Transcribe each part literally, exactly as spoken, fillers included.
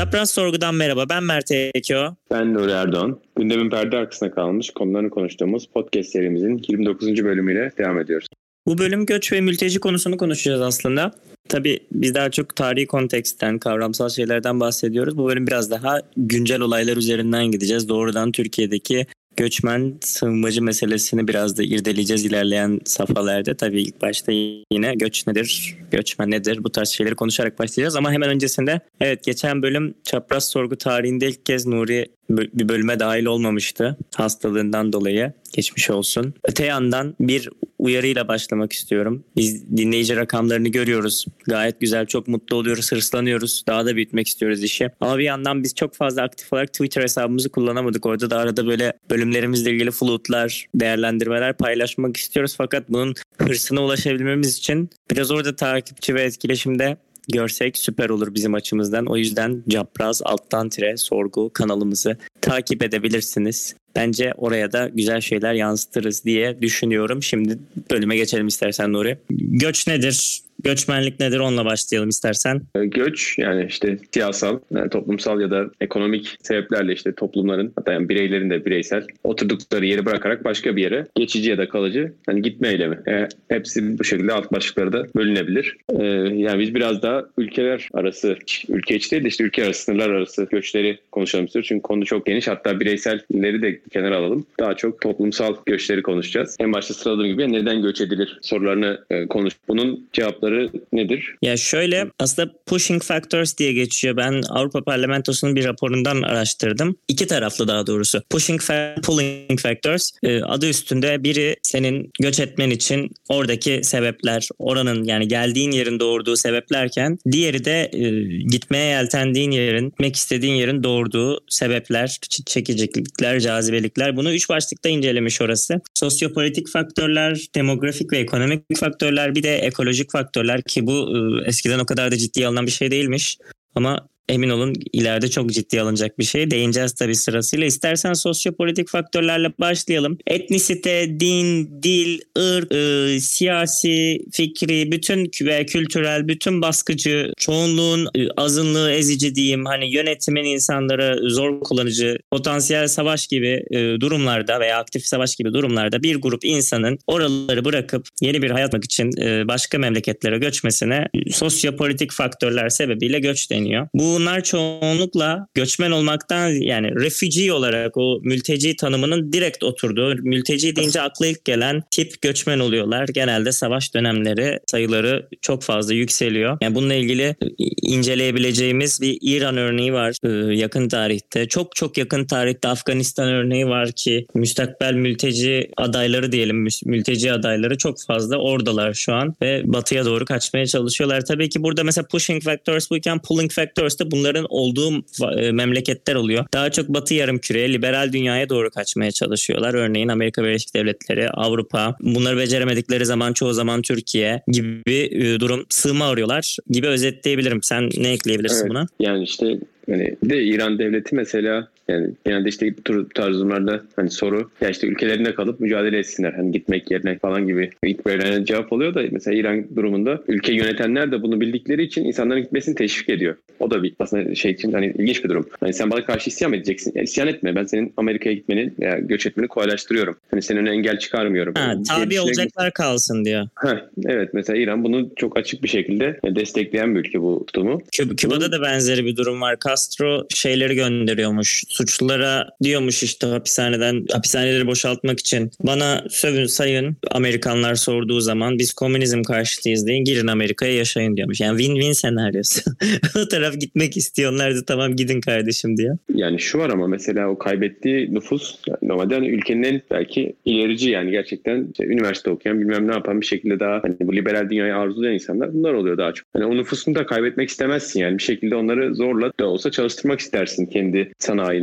Çapraz Sorgu'dan merhaba, ben Mert Ekyo. Ben Nuri Erdoğan. Gündemin perde arkasına kalmış konularını konuştuğumuz podcast serimizin yirmi dokuzuncu bölümüyle devam ediyoruz. Bu bölüm göç ve mülteci konusunu konuşacağız aslında. Tabii biz daha çok tarihi konteksten, kavramsal şeylerden bahsediyoruz. Bu bölüm biraz daha güncel olaylar üzerinden gideceğiz. Doğrudan Türkiye'deki göçmen sığınmacı meselesini biraz da irdeleyeceğiz ilerleyen safhalarda. Tabii ilk başta yine göç nedir, göçmen nedir, bu tarz şeyleri konuşarak başlayacağız. Ama hemen öncesinde evet geçen bölüm Çapraz Sorgu tarihinde ilk kez Nuri bir bölüme dahil olmamıştı hastalığından dolayı. Geçmiş olsun. Öte yandan bir uyarıyla başlamak istiyorum. Biz dinleyici rakamlarını görüyoruz. Gayet güzel, çok mutlu oluyoruz, hırslanıyoruz. Daha da büyütmek istiyoruz işi. Ama bir yandan biz çok fazla aktif olarak Twitter hesabımızı kullanamadık. Orada da arada böyle bölümlerimizle ilgili floatlar, değerlendirmeler paylaşmak istiyoruz. Fakat bunun hırsına ulaşabilmemiz için biraz orada takipçi ve etkileşimde görsek süper olur bizim açımızdan. O yüzden Çapraz alttan tire sorgu kanalımızı takip edebilirsiniz. Bence oraya da güzel şeyler yansıtırız diye düşünüyorum. Şimdi bölüme geçelim istersen Nuri. Göç nedir? Göçmenlik nedir? Onunla başlayalım istersen. Göç yani işte siyasal, yani toplumsal ya da ekonomik sebeplerle işte toplumların, hatta yani bireylerin de bireysel oturdukları yeri bırakarak başka bir yere geçici ya da kalıcı hani gitme eylemi. E, hepsi bu şekilde alt başlıkları da bölünebilir. E, yani biz biraz daha ülkeler arası, ülke içi değil de işte ülke arası, sınırlar arası göçleri konuşalım istiyoruz. Çünkü konu çok geniş. Hatta bireyselleri de kenara alalım. Daha çok toplumsal göçleri konuşacağız. En başta sıraladığım gibi neden göç edilir sorularını e, konuş. Bunun cevapları nedir? Ya şöyle, aslında pushing factors diye geçiyor. Ben Avrupa Parlamentosu'nun bir raporundan araştırdım. İki taraflı daha doğrusu. Pushing fa- pulling factors e, adı üstünde, biri senin göç etmen için oradaki sebepler, oranın yani geldiğin yerin doğurduğu sebeplerken diğeri de e, gitmeye yeltendiğin yerin, gitmek istediğin yerin doğurduğu sebepler, çekicilikler, cazibelikler. Bunu üç başlıkta incelemiş orası. Sosyopolitik faktörler, demografik ve ekonomik faktörler, bir de ekolojik faktörler ki bu eskiden o kadar da ciddiye alınan bir şey değilmiş. Ama emin olun ileride çok ciddiye alınacak bir şey. Değineceğiz tabii sırasıyla. İstersen sosyopolitik faktörlerle başlayalım. Etnisite, din, dil, ırk, e, siyasi, fikri, bütün ve kültürel, bütün baskıcı, çoğunluğun e, azınlığı ezici diyeyim, hani yönetimin insanlara zor kullanıcı, potansiyel savaş gibi e, durumlarda veya aktif savaş gibi durumlarda bir grup insanın oraları bırakıp yeni bir hayat yapmak için e, başka memleketlere göçmesine e, sosyopolitik faktörler sebebiyle göç deniyor. Bu Bunlar çoğunlukla göçmen olmaktan, yani refugee olarak o mülteci tanımının direkt oturduğu, mülteci deyince akla ilk gelen tip göçmen oluyorlar. Genelde savaş dönemleri sayıları çok fazla yükseliyor. Yani bununla ilgili inceleyebileceğimiz bir İran örneği var yakın tarihte. Çok çok yakın tarihte Afganistan örneği var ki müstakbel mülteci adayları diyelim, mülteci adayları çok fazla oradalar şu an ve batıya doğru kaçmaya çalışıyorlar. Tabii ki burada mesela pushing factors buyken pulling factors da bunların olduğu memleketler oluyor. Daha çok Batı yarımküreye, liberal dünyaya doğru kaçmaya çalışıyorlar. Örneğin Amerika Birleşik Devletleri, Avrupa. Bunları beceremedikleri zaman çoğu zaman Türkiye gibi durum, sığınma arıyorlar gibi özetleyebilirim. Sen ne ekleyebilirsin evet, buna? Yani işte hani de İran devleti mesela, yani genelde işte bu tarz durumlarda hani soru ya işte ülkelerinde kalıp mücadele etsinler hani gitmek yerine falan gibi ilk verilen cevap oluyor da mesela İran durumunda ülke yönetenler de bunu bildikleri için insanların gitmesini teşvik ediyor. O da bir aslında şey için hani ilginç bir durum. Hani sen bana karşı isyan edeceksin. Yani isyan etme. Ben senin Amerika'ya gitmeni veya göç etmeni kolaylaştırıyorum. Hani senin önüne engel çıkarmıyorum. Ha, yani tabi olacaklar kalsın diyor. Ha, evet mesela İran bunu çok açık bir şekilde destekleyen bir ülke bu tutumu. Küb- Küba'da da benzeri bir durum var. Castro şeyleri gönderiyormuş. Suçlulara diyormuş işte hapishaneden hapishaneleri boşaltmak için bana sövün sayın, Amerikanlar sorduğu zaman biz komünizm karşıtıyız deyin, girin Amerika'ya yaşayın diyormuş. Yani win-win senaryosu. O taraf gitmek istiyorlardı, tamam gidin kardeşim diyor. Yani şu var ama mesela o kaybettiği nüfus yani normalde hani ülkenin en belki ilerici yani gerçekten işte üniversite okuyan bilmem ne yapan bir şekilde daha hani bu liberal dünyayı arzulayan insanlar bunlar oluyor daha çok. Hani o nüfusunu da kaybetmek istemezsin yani bir şekilde onları zorla da olsa çalıştırmak istersin kendi sanayini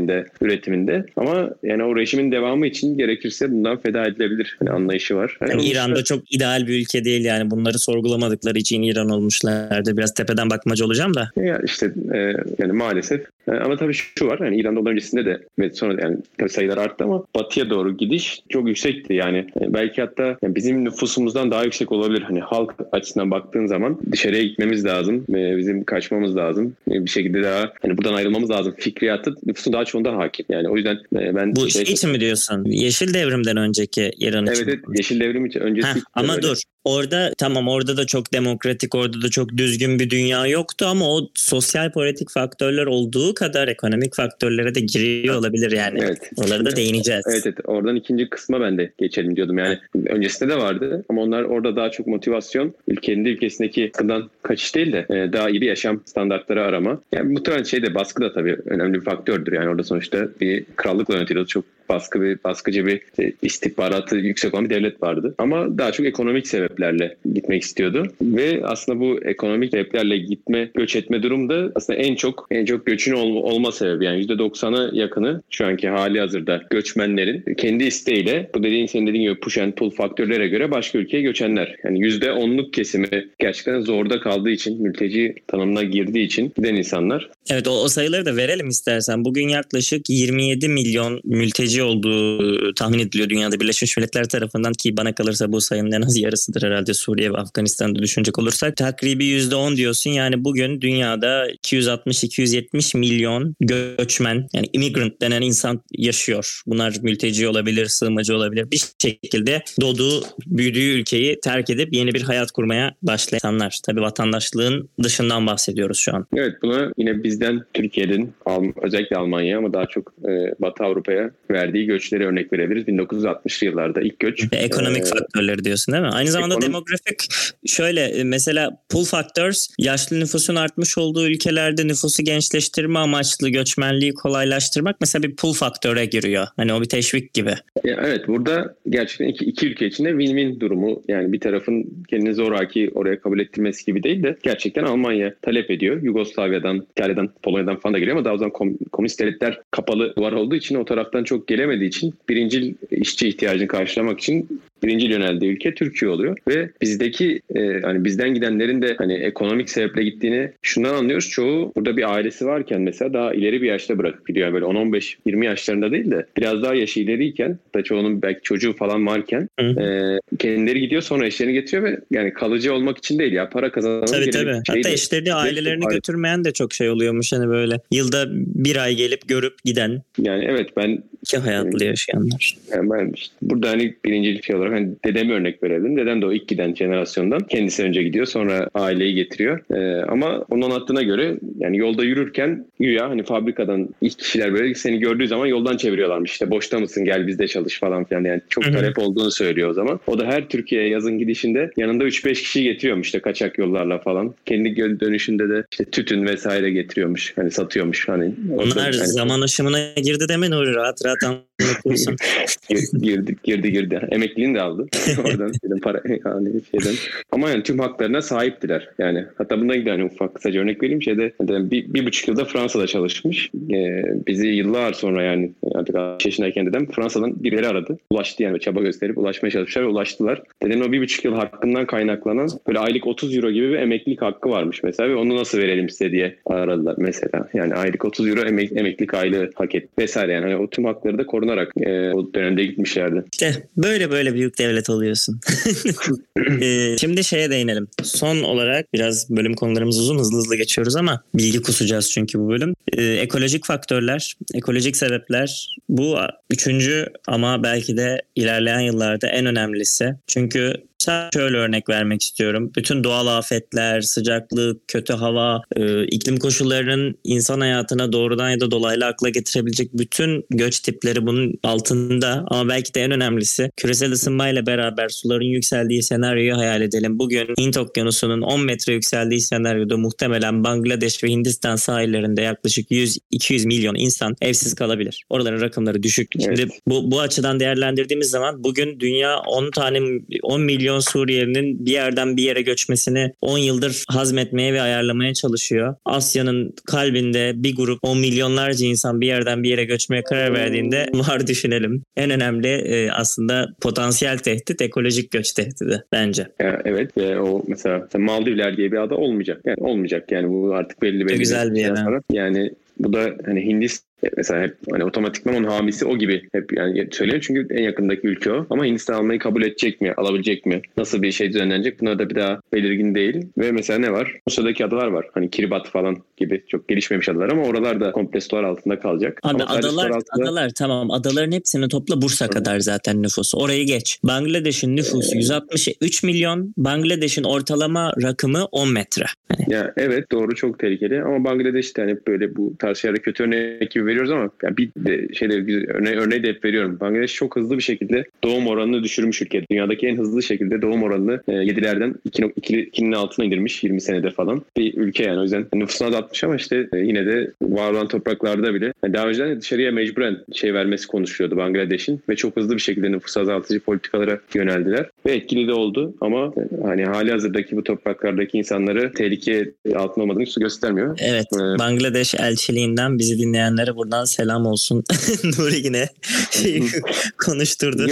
şeyinde, üretiminde. Ama yani o rejimin devamı için gerekirse bundan feda edilebilir. Yani anlayışı var. Yani yani İran'da işte... çok ideal bir ülke değil yani. Bunları sorgulamadıkları için İran olmuşlardı. Biraz tepeden bakmacı olacağım da. Ya işte e, yani maalesef. E, ama tabii şu var. Yani İran'da ondan öncesinde de ve sonra yani tabii sayılar arttı ama batıya doğru gidiş çok yüksekti. Yani e, belki hatta yani bizim nüfusumuzdan daha yüksek olabilir. Hani halk açısından baktığın zaman dışarıya gitmemiz lazım. E, bizim kaçmamız lazım. E, bir şekilde daha hani buradan ayrılmamız lazım. Fikriyatı nüfusun daha çoğunda hakim. Yani o yüzden e, ben... Bu şey için mi diyorsun? Yeşil Devrim'den önceki İran için. Evet, evet Yeşil Devrim için öncesi. Heh, ama öyle. dur. Orada tamam orada da çok demokratik, orada da çok düzgün bir dünya yoktu ama o sosyal politik faktörler olduğu kadar ekonomik faktörlere de giriyor olabilir yani. Evet. Oralara da değineceğiz. Evet, evet. Oradan ikinci kısma ben de geçelim diyordum. Yani öncesinde de vardı ama onlar orada daha çok motivasyon, ülkenin de ülkesindeki sıkıntıdan kaçış değil de daha iyi bir yaşam standartları arama. Yani muhtemelen şey de baskı da tabii önemli bir faktördür. Yani orada sonuçta bir krallıkla yönetiliyordu. Çok baskı bir baskıcı bir istihbaratı yüksek olan bir devlet vardı. Ama daha çok ekonomik sebeplerle gitmek istiyordu. Ve aslında bu ekonomik sebeplerle gitme, göç etme durum da aslında en çok en çok göçün ol, olma sebebi. Yani yüzde doksana yakını şu anki hali hazırda göçmenlerin kendi isteğiyle bu dediğin senin dediğin gibi push and pull faktörlere göre başka ülkeye göçenler. Yani yüzde onluk kesimi gerçekten zorda kaldığı için, mülteci tanımına girdiği için giden insanlar. Evet o, o sayıları da verelim istersen. Bugün yaklaşık yirmi yedi milyon mülteci olduğu tahmin ediliyor dünyada Birleşmiş Milletler tarafından ki bana kalırsa bu sayının en az yarısıdır herhalde Suriye ve Afganistan'da düşünecek olursak. Takribi yüzde on diyorsun yani bugün dünyada iki yüz altmış iki yüz yetmiş milyon göçmen yani immigrant denen insan yaşıyor. Bunlar mülteci olabilir, sığınmacı olabilir. Bir şekilde doğduğu, büyüdüğü ülkeyi terk edip yeni bir hayat kurmaya başlayan insanlar. Tabii vatandaşlığın dışından bahsediyoruz şu an. Evet buna yine bizden Türkiye'nin özellikle Almanya ama daha çok e, Batı Avrupa'ya verdiği göçleri örnek verebiliriz. bin dokuz yüz altmışlı yıllarda ilk göç. Ve ekonomik ee, faktörleri diyorsun değil mi? Aynı zamanda ekonomik... demografik şöyle mesela pull factors yaşlı nüfusun artmış olduğu ülkelerde nüfusu gençleştirme amaçlı göçmenliği kolaylaştırmak mesela bir pull faktöre giriyor. Hani o bir teşvik gibi. Evet burada gerçekten iki, iki ülke içinde win-win durumu yani bir tarafın kendini zoraki oraya kabul ettirmesi gibi değil de gerçekten Almanya talep ediyor. Yugoslavya'dan, İtalya'dan, Polonya'dan falan da geliyor ama daha o zaman kom- komünist devletler kapalı duvar olduğu için o taraftan çok gelemediği için birincil işçi ihtiyacını karşılamak için birinci yöneldiği ülke Türkiye oluyor ve bizdeki e, hani bizden gidenlerin de hani ekonomik sebeple gittiğini şundan anlıyoruz. Çoğu burada bir ailesi varken mesela daha ileri bir yaşta bırakıp gidiyor. Yani böyle on on beş yirmi yaşlarında değil de biraz daha yaşı ileriyken da çoğunun belki çocuğu falan varken e, kendileri gidiyor sonra eşlerini getiriyor ve yani kalıcı olmak için değil ya para kazanmak. Tabii tabii. Hatta eşlerini ailelerini aile. götürmeyen de çok şey oluyormuş hani böyle yılda bir ay gelip görüp giden. Yani evet ben iki hayatlı yaşayanlar. Yani ben işte burada hani birincilik şey olarak hani dedemi örnek verelim. Dedem de o ilk giden jenerasyondan. Kendisi önce gidiyor sonra aileyi getiriyor. Ee, ama onun anlattığına göre yani yolda yürürken güya hani fabrikadan ilk kişiler böyle seni gördüğü zaman yoldan çeviriyorlarmış. İşte boşta mısın gel bizde çalış falan filan. Yani çok Hı-hı. talep olduğunu söylüyor o zaman. O da her Türkiye'ye yazın gidişinde yanında üç beş kişi getiriyormuş işte kaçak yollarla falan. Kendi dönüşünde de işte tütün vesaire getiriyormuş. Hani satıyormuş. Hani onlar hani, zaman aşımına girdi deme Nuri rahat rahat anlatıyorsun. girdi girdi girdi. Emekliliğini de aldı. Oradan şeyden, para yani şeyden. Ama yani tüm haklarına sahiptiler. Yani hatta bundan gibi hani ufak kısaca örnek vereyim. Şeyde bir, bir buçuk yılda Fransa'da çalışmış. Ee, bizi yıllar sonra yani artık altmış yaşındayken dedem Fransa'dan birileri aradı. Ulaştı yani çaba gösterip ulaşmaya çalışmışlar ve ulaştılar. Dedemin o bir buçuk yıl hakkından kaynaklanan böyle aylık otuz euro gibi bir emeklilik hakkı varmış mesela ve onu nasıl verelim size diye aradılar mesela. Yani aylık otuz euro emek, emeklilik aylığı hak et vesaire yani. Hani o tüm hakları da korunarak e, o dönemde gitmişlerdi. İşte böyle böyle büyük devlet oluyorsun. ee, şimdi şeye değinelim. Son olarak biraz bölüm konularımız uzun hızlı hızlı geçiyoruz ama bilgi kusacağız çünkü bu bölüm. Ee, ekolojik faktörler, ekolojik sebepler bu üçüncü ama belki de ilerleyen yıllarda en önemlisi. Çünkü şöyle örnek vermek istiyorum. Bütün doğal afetler, sıcaklık, kötü hava, e, iklim koşullarının insan hayatına doğrudan ya da dolaylı akla getirebilecek bütün göç tipleri bunun onun altında ama belki de en önemlisi küresel ısınmayla beraber suların yükseldiği senaryoyu hayal edelim. Bugün Hint Okyanusu'nun on metre yükseldiği senaryoda muhtemelen Bangladeş ve Hindistan sahillerinde yaklaşık yüz iki yüz milyon insan evsiz kalabilir. Oraların rakamları düşük. Evet. Şimdi bu, bu açıdan değerlendirdiğimiz zaman bugün dünya on tane on milyon Suriyelinin bir yerden bir yere göçmesini on yıldır hazmetmeye ve ayarlamaya çalışıyor. Asya'nın kalbinde bir grup on milyonlarca insan bir yerden bir yere göçmeye karar verdiğinde var düşünelim. En önemli e, aslında potansiyel tehdit ekolojik göç tehdidi bence. Ya, evet ve o mesela Maldivler diye bir ada olmayacak. Yani olmayacak yani bu artık belli belli. Güzel bir yer. Yani bu da hani Hindistan mesela hep hani otomatikman onun hamisi o gibi hep yani söylüyor çünkü en yakındaki ülke o. Ama Hindistan almayı kabul edecek mi? Alabilecek mi? Nasıl bir şey düzenlenecek? Bunlar da bir daha belirgin değil. Ve mesela ne var? Rusya'daki adalar var. Hani Kiribati falan gibi çok gelişmemiş adalar ama oralar da komple sular altında kalacak. Abi ama adalar altında... adalar tamam. Adaların hepsini topla Bursa Hı. kadar zaten nüfusu. Orayı geç. Bangladeş'in nüfusu ee... yüz altmış üç milyon. Bangladeş'in ortalama rakımı on metre. Hani... Ya evet doğru çok tehlikeli ama Bangladeş'te hani böyle bu tarz şeylere kötü örnek gibi veriyoruz ama yani bir de şeyde örneği, örneği de hep veriyorum. Bangladeş çok hızlı bir şekilde doğum oranını düşürmüş ülke. Dünyadaki en hızlı şekilde doğum oranını yedilerden ikinin altına indirmiş yirmi senede falan bir ülke yani. O yüzden nüfusuna da atmış ama işte yine de var olan topraklarda bile yani daha önceden dışarıya mecburen şey vermesi konuşuluyordu Bangladeş'in ve çok hızlı bir şekilde nüfus azaltıcı politikalara yöneldiler ve etkili de oldu ama hani hali hazırdaki bu topraklardaki insanları tehlike altında olmadığını göstermiyor. Evet. Ee, Bangladeş elçiliğinden bizi dinleyenlere buradan selam olsun. Nuri yine şey konuşturdu.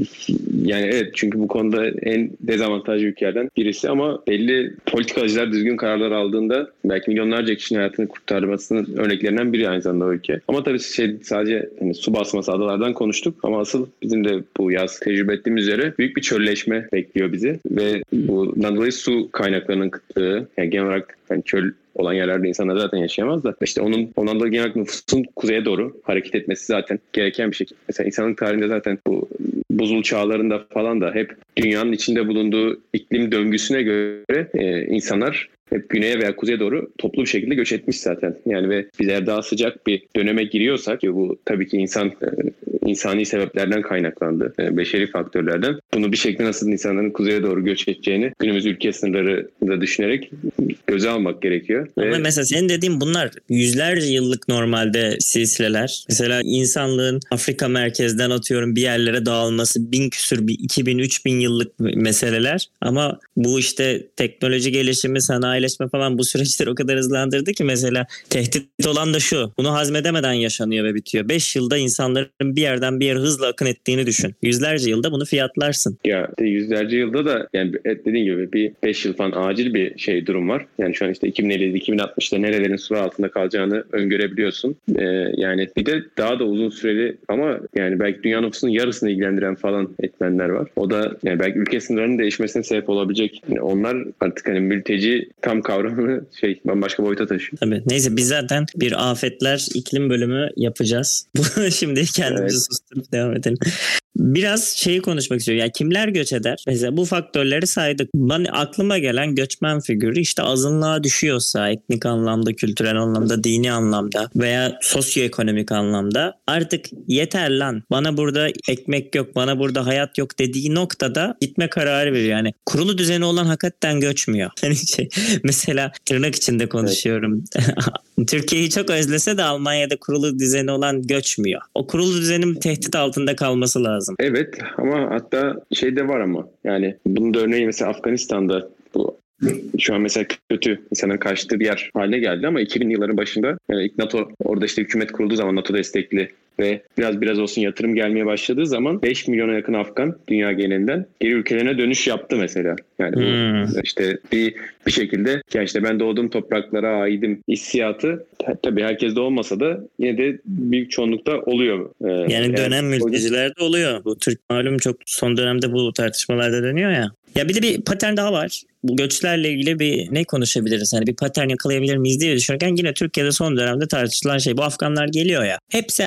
Yani evet çünkü bu konuda en dezavantajlı ülkelerden birisi ama belli politikacılar düzgün kararlar aldığında belki milyonlarca kişinin hayatını kurtarmasının örneklerinden biri aynı zamanda o ülke. Ama tabii şey sadece hani su basması adalardan konuştuk ama asıl bizim de bu yaz tecrübe ettiğimiz üzere büyük bir çölleşme bekliyor bizi ve bundan dolayı su kaynaklarının kıtlığı yani genel olarak yani çöl olan yerlerde insanlar zaten yaşayamaz da işte onun ondan dolayı genel nüfusun kuzeye doğru hareket etmesi zaten gereken bir şey. Mesela insanlık tarihinde zaten bu buzul çağlarında falan da hep dünyanın içinde bulunduğu iklim döngüsüne göre e, insanlar hep güneye veya kuzeye doğru toplu bir şekilde göç etmiş zaten. Yani ve biz eğer daha sıcak bir döneme giriyorsak ki bu tabii ki insan insani sebeplerden kaynaklandı. Beşeri faktörlerden. Bunu bir şekilde nasıl insanların kuzeye doğru göç edeceğini günümüz ülke sınırları da düşünerek göze almak gerekiyor. Ama ve... mesela senin dediğin bunlar yüzlerce yıllık normalde silsileler. Mesela insanlığın Afrika merkezden atıyorum bir yerlere dağılması bin küsür, iki bin, üç bin yıllık meseleler. Ama bu işte teknoloji gelişimi, sanayileşme falan bu süreçleri o kadar hızlandırdı ki mesela tehdit olan da şu. Bunu hazmedemeden yaşanıyor ve bitiyor. beş yılda insanların bir yerden bir yere hızla akın ettiğini düşün. Yüzlerce yılda bunu fiyatlarsın. Ya de yüzlerce yılda da yani dediğin gibi bir beş yıl falan acil bir şey durum var. Yani şu an işte iki bin elli iki bin altmışta nerelerin su altında kalacağını öngörebiliyorsun. Ee, yani bir de daha da uzun süreli ama yani belki dünya nüfusunun yarısını ilgilendiren falan etmenler var. O da yani belki ülke sınırlarının değişmesine sebep olabilecek. Yani onlar artık hani mülteci tam kavramını şey bambaşka boyuta taşıyor. Tabii. Neyse biz zaten bir afetler iklim bölümü yapacağız. Şimdi kendimizi evet. susturup devam edelim. Biraz şeyi konuşmak istiyorum. Yani kimler göç eder? Mesela bu faktörleri saydık. Ben aklıma gelen göçmen figürü işte azınlığa düşüyorsa etnik anlamda, kültürel anlamda, dini anlamda veya sosyoekonomik anlamda artık yeter lan. Bana burada ekmek yok, bana burada hayat yok dediği noktada gitme kararı veriyor. Yani kurulu düzeni olan hakikaten göçmüyor. Hani şey, mesela tırnak içinde konuşuyorum. Evet. Türkiye'yi çok özlese de Almanya'da kurulu düzeni olan göçmüyor. O kurulu düzenin tehdit altında kalması lazım. Evet ama hatta şey de var ama yani bunun da örneği mesela Afganistan'da bu şu an mesela kötü insanların kaçtığı bir yer haline geldi ama iki binli yılların başında yani ilk NATO orada işte hükümet kurulduğu zaman NATO destekli ve biraz biraz olsun yatırım gelmeye başladığı zaman beş milyona yakın Afgan dünya genelinden geri ülkelerine dönüş yaptı mesela. Yani hmm. bu işte bir bir şekilde ya işte ben doğduğum topraklara aidim hissiyatı tabii herkeste olmasa da yine de büyük çoğunlukta oluyor. Ee, yani dönem mültecilerde oluyor. Bu Türk malum çok son dönemde bu tartışmalarda dönüyor ya. Ya bir de bir patern daha var. Bu göçlerle ilgili bir ne konuşabiliriz? Hani bir patern yakalayabilir miyiz diye düşünürken yine Türkiye'de son dönemde tartışılan şey bu Afganlar geliyor ya. Hepsi erkek.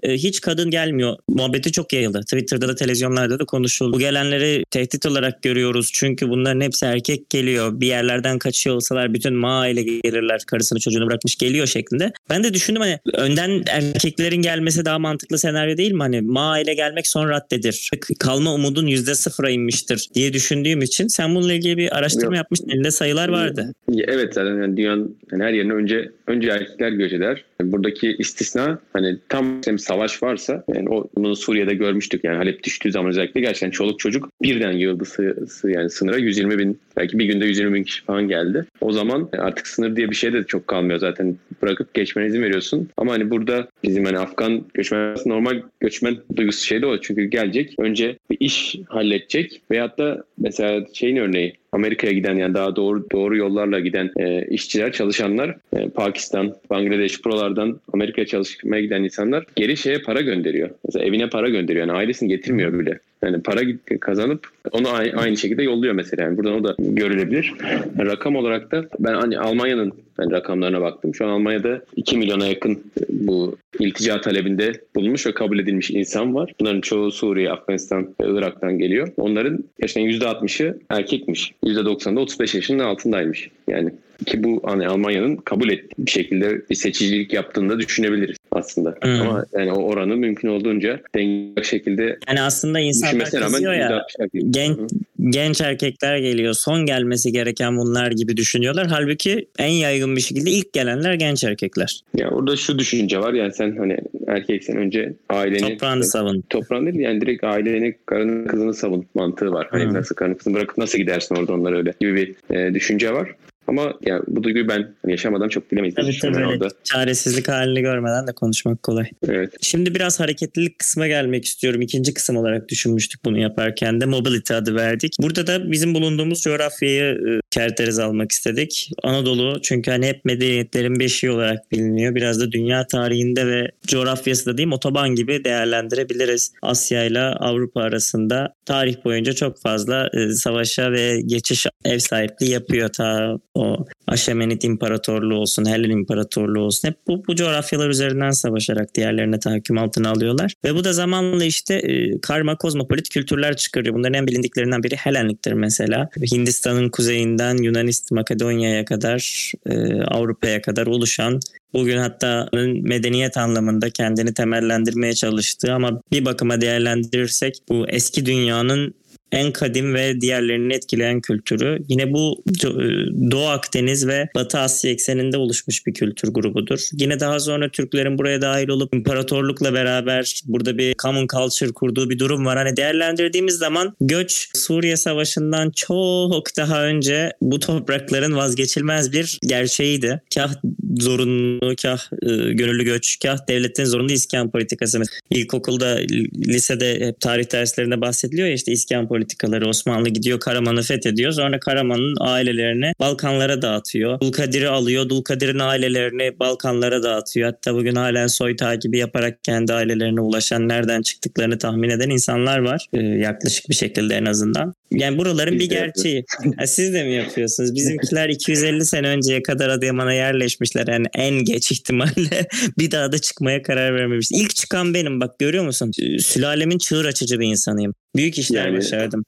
e, hiç kadın gelmiyor. Muhabbeti çok yayıldı. Twitter'da da televizyonlarda da konuşuldu. Bu gelenleri tehdit olarak görüyoruz. Çünkü bunların hepsi erkek geliyor. Bir yerlerden kaçıyor olsalar bütün ma ile gelirler. Karısını çocuğunu bırakmış geliyor şeklinde. Ben de düşündüm hani önden erkeklerin gelmesi daha mantıklı senaryo değil mi? Hani ma ile gelmek son raddedir. Kalma umudun yüzde sıfıra inmiştir diye düşündüğüm için sen bununla ilgili bir araştırma Yok. yapmıştın. Elinde sayılar vardı. Evet zaten yani dünyanın yani her yerine önce önce erkekler göç eder. Buradaki istisna hani tam bir savaş varsa yani o bunu Suriye'de görmüştük yani Halep düştüğü zaman özellikle gerçekten çoluk çocuk birden yığıldı sı, sı, yani sınıra yüz yirmi bin belki bir günde yüz yirmi bin kişi falan geldi. O zaman artık sınır diye bir şey de çok kalmıyor zaten bırakıp geçmene izin veriyorsun. Ama hani burada bizim hani Afgan göçmen normal göçmen duygusu şey de o çünkü gelecek önce bir iş halledecek veyahut da mesela şeyin örneği Amerika'ya giden yani daha doğru doğru yollarla giden e, işçiler, çalışanlar e, Pakistan, Bangladeş buralardan Amerika'ya çalışmaya giden insanlar geri şeye para gönderiyor. Mesela evine para gönderiyor. Yani ailesini getirmiyor bile. Yani para kazanıp onu aynı şekilde yolluyor mesela. Yani buradan o da görülebilir. Yani rakam olarak da ben hani Almanya'nın yani rakamlarına baktım. Şu an Almanya'da iki milyona yakın bu iltica talebinde bulunmuş ve kabul edilmiş insan var. Bunların çoğu Suriye, Afganistan ve Irak'tan geliyor. Onların gerçekten yüzde altmışı erkekmiş. yüzde doksanı da otuz beş yaşının altındaymış. Yani ki bu hani Almanya'nın kabul ettiği bir şekilde bir seçicilik yaptığını da düşünebiliriz aslında. Hmm. Ama yani o oranı mümkün olduğunca dengeli şekilde yani aslında insanlar kızıyor ya genç, genç erkekler geliyor son gelmesi gereken bunlar gibi düşünüyorlar. Halbuki en yaygın bir şekilde ilk gelenler genç erkekler. Ya orada şu düşünce var yani sen hani erkeksen önce aileni toprağını savun. Toprağını değil yani direkt aileni, karını, kızını savun mantığı var. Hani hmm. nasıl karını kızını bırakıp nasıl gidersin orada onlar öyle gibi bir e, düşünce var. Ama yani bu duyguyu ben yaşamadan çok bilemeyiz. Tabii tabii öyle. Çaresizlik halini görmeden de konuşmak kolay. Evet. Şimdi biraz hareketlilik kısma gelmek istiyorum. İkinci kısım olarak düşünmüştük bunu yaparken de. Mobility adı verdik. Burada da bizim bulunduğumuz coğrafyayı e, kerteriz almak istedik. Anadolu çünkü hani hep medeniyetlerin beşiği olarak biliniyor. Biraz da dünya tarihinde ve coğrafyası da diyeyim otoban gibi değerlendirebiliriz. Asya ile Avrupa arasında tarih boyunca çok fazla e, savaşa ve geçiş ev sahipliği yapıyor ta o Aşemenid İmparatorluğu olsun, Helen İmparatorluğu olsun hep bu, bu coğrafyalar üzerinden savaşarak diğerlerine tahakküm altına alıyorlar. Ve bu da zamanla işte e, karma kozmopolit kültürler çıkarıyor. Bunların en bilindiklerinden biri Helenliktir mesela. Hindistan'ın kuzeyinden Yunanistan, Makedonya'ya kadar e, Avrupa'ya kadar oluşan bugün hatta medeniyet anlamında kendini temellendirmeye çalıştığı ama bir bakıma değerlendirirsek bu eski dünyanın en kadim ve diğerlerini etkileyen kültürü. Yine bu Doğu Akdeniz ve Batı Asya ekseninde oluşmuş bir kültür grubudur. Yine daha sonra Türklerin buraya dahil olup imparatorlukla beraber burada bir common culture kurduğu bir durum var. Hani değerlendirdiğimiz zaman göç Suriye Savaşı'ndan çok daha önce bu toprakların vazgeçilmez bir gerçeğiydi. Kah zorunlu, kah e, gönüllü göç, kah devletin zorunlu iskan politikası. Mesela İlkokulda, lisede hep tarih derslerinde bahsediliyor ya işte iskan politikası. Politikaları Osmanlı gidiyor Karaman'ı fethediyor. Sonra Karaman'ın ailelerini Balkanlara dağıtıyor. Dulkadir'i alıyor. Dulkadir'in ailelerini Balkanlara dağıtıyor. Hatta bugün halen soy takibi yaparak kendi ailelerine ulaşan nereden çıktıklarını tahmin eden insanlar var. Ee, yaklaşık bir şekilde en azından. Yani buraların bir gerçeği. Ha, siz de mi yapıyorsunuz? Bizimkiler iki yüz elli sene önceye kadar Adıyaman'a yerleşmişler. Yani en geç ihtimalle bir daha da çıkmaya karar vermemiş. İlk çıkan benim bak görüyor musun? Sülalemin çığır açıcı bir insanıyım. Büyük işler yani, başardım.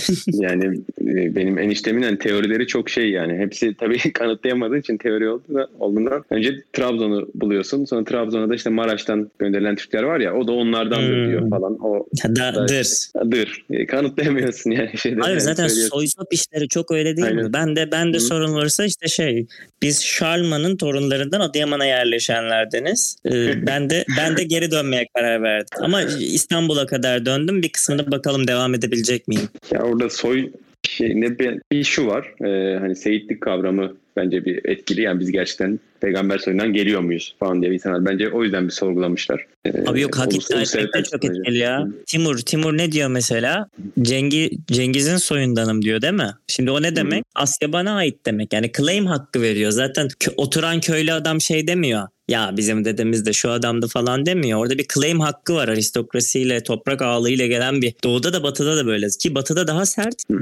Yani benim eniştemin yani teorileri çok şey yani. Hepsi tabii kanıtlayamadığı için teori olduğunda, olduğundan önce Trabzon'u buluyorsun. Sonra Trabzon'a da işte Maraş'tan gönderilen Türkler var ya o da onlardandır hmm. diyor falan. O da, da, dır. Dır. Kanıtlayamıyorsun yani. Hayır yani zaten soysop işleri çok öyle değil Aynen. mi? Ben de ben de Hı. sorun olursa işte şey biz Şarlman'ın torunlarından Adıyaman'a yerleşenlerdeniz. Ee, ben de ben de geri dönmeye karar verdim. Ama İstanbul'a kadar döndüm. Bir kısmına bakalım devam edebilecek miyim? Ya orada soy şey ne bir, bir şu var. Ee, hani seyitlik kavramı bence bir etkili. Yani biz gerçekten peygamber soyundan geliyor muyuz falan diye insanlar. Bence o yüzden bir sorgulamışlar. Ee, Abi yok hak iddia etmek de çok etkili ya. Timur, Timur ne diyor mesela? Cengiz, Cengiz'in soyundanım diyor değil mi? Şimdi o ne demek? Hı. Asya bana ait demek. Yani claim hakkı veriyor. Zaten kö- oturan köylü adam şey demiyor. Ya bizim dedemiz de şu adamdı falan demiyor. Orada bir claim hakkı var aristokrasiyle, toprak ağalığıyla gelen bir. Doğuda da batıda da böyle. Ki batıda daha sert. Hı hı. Bütün o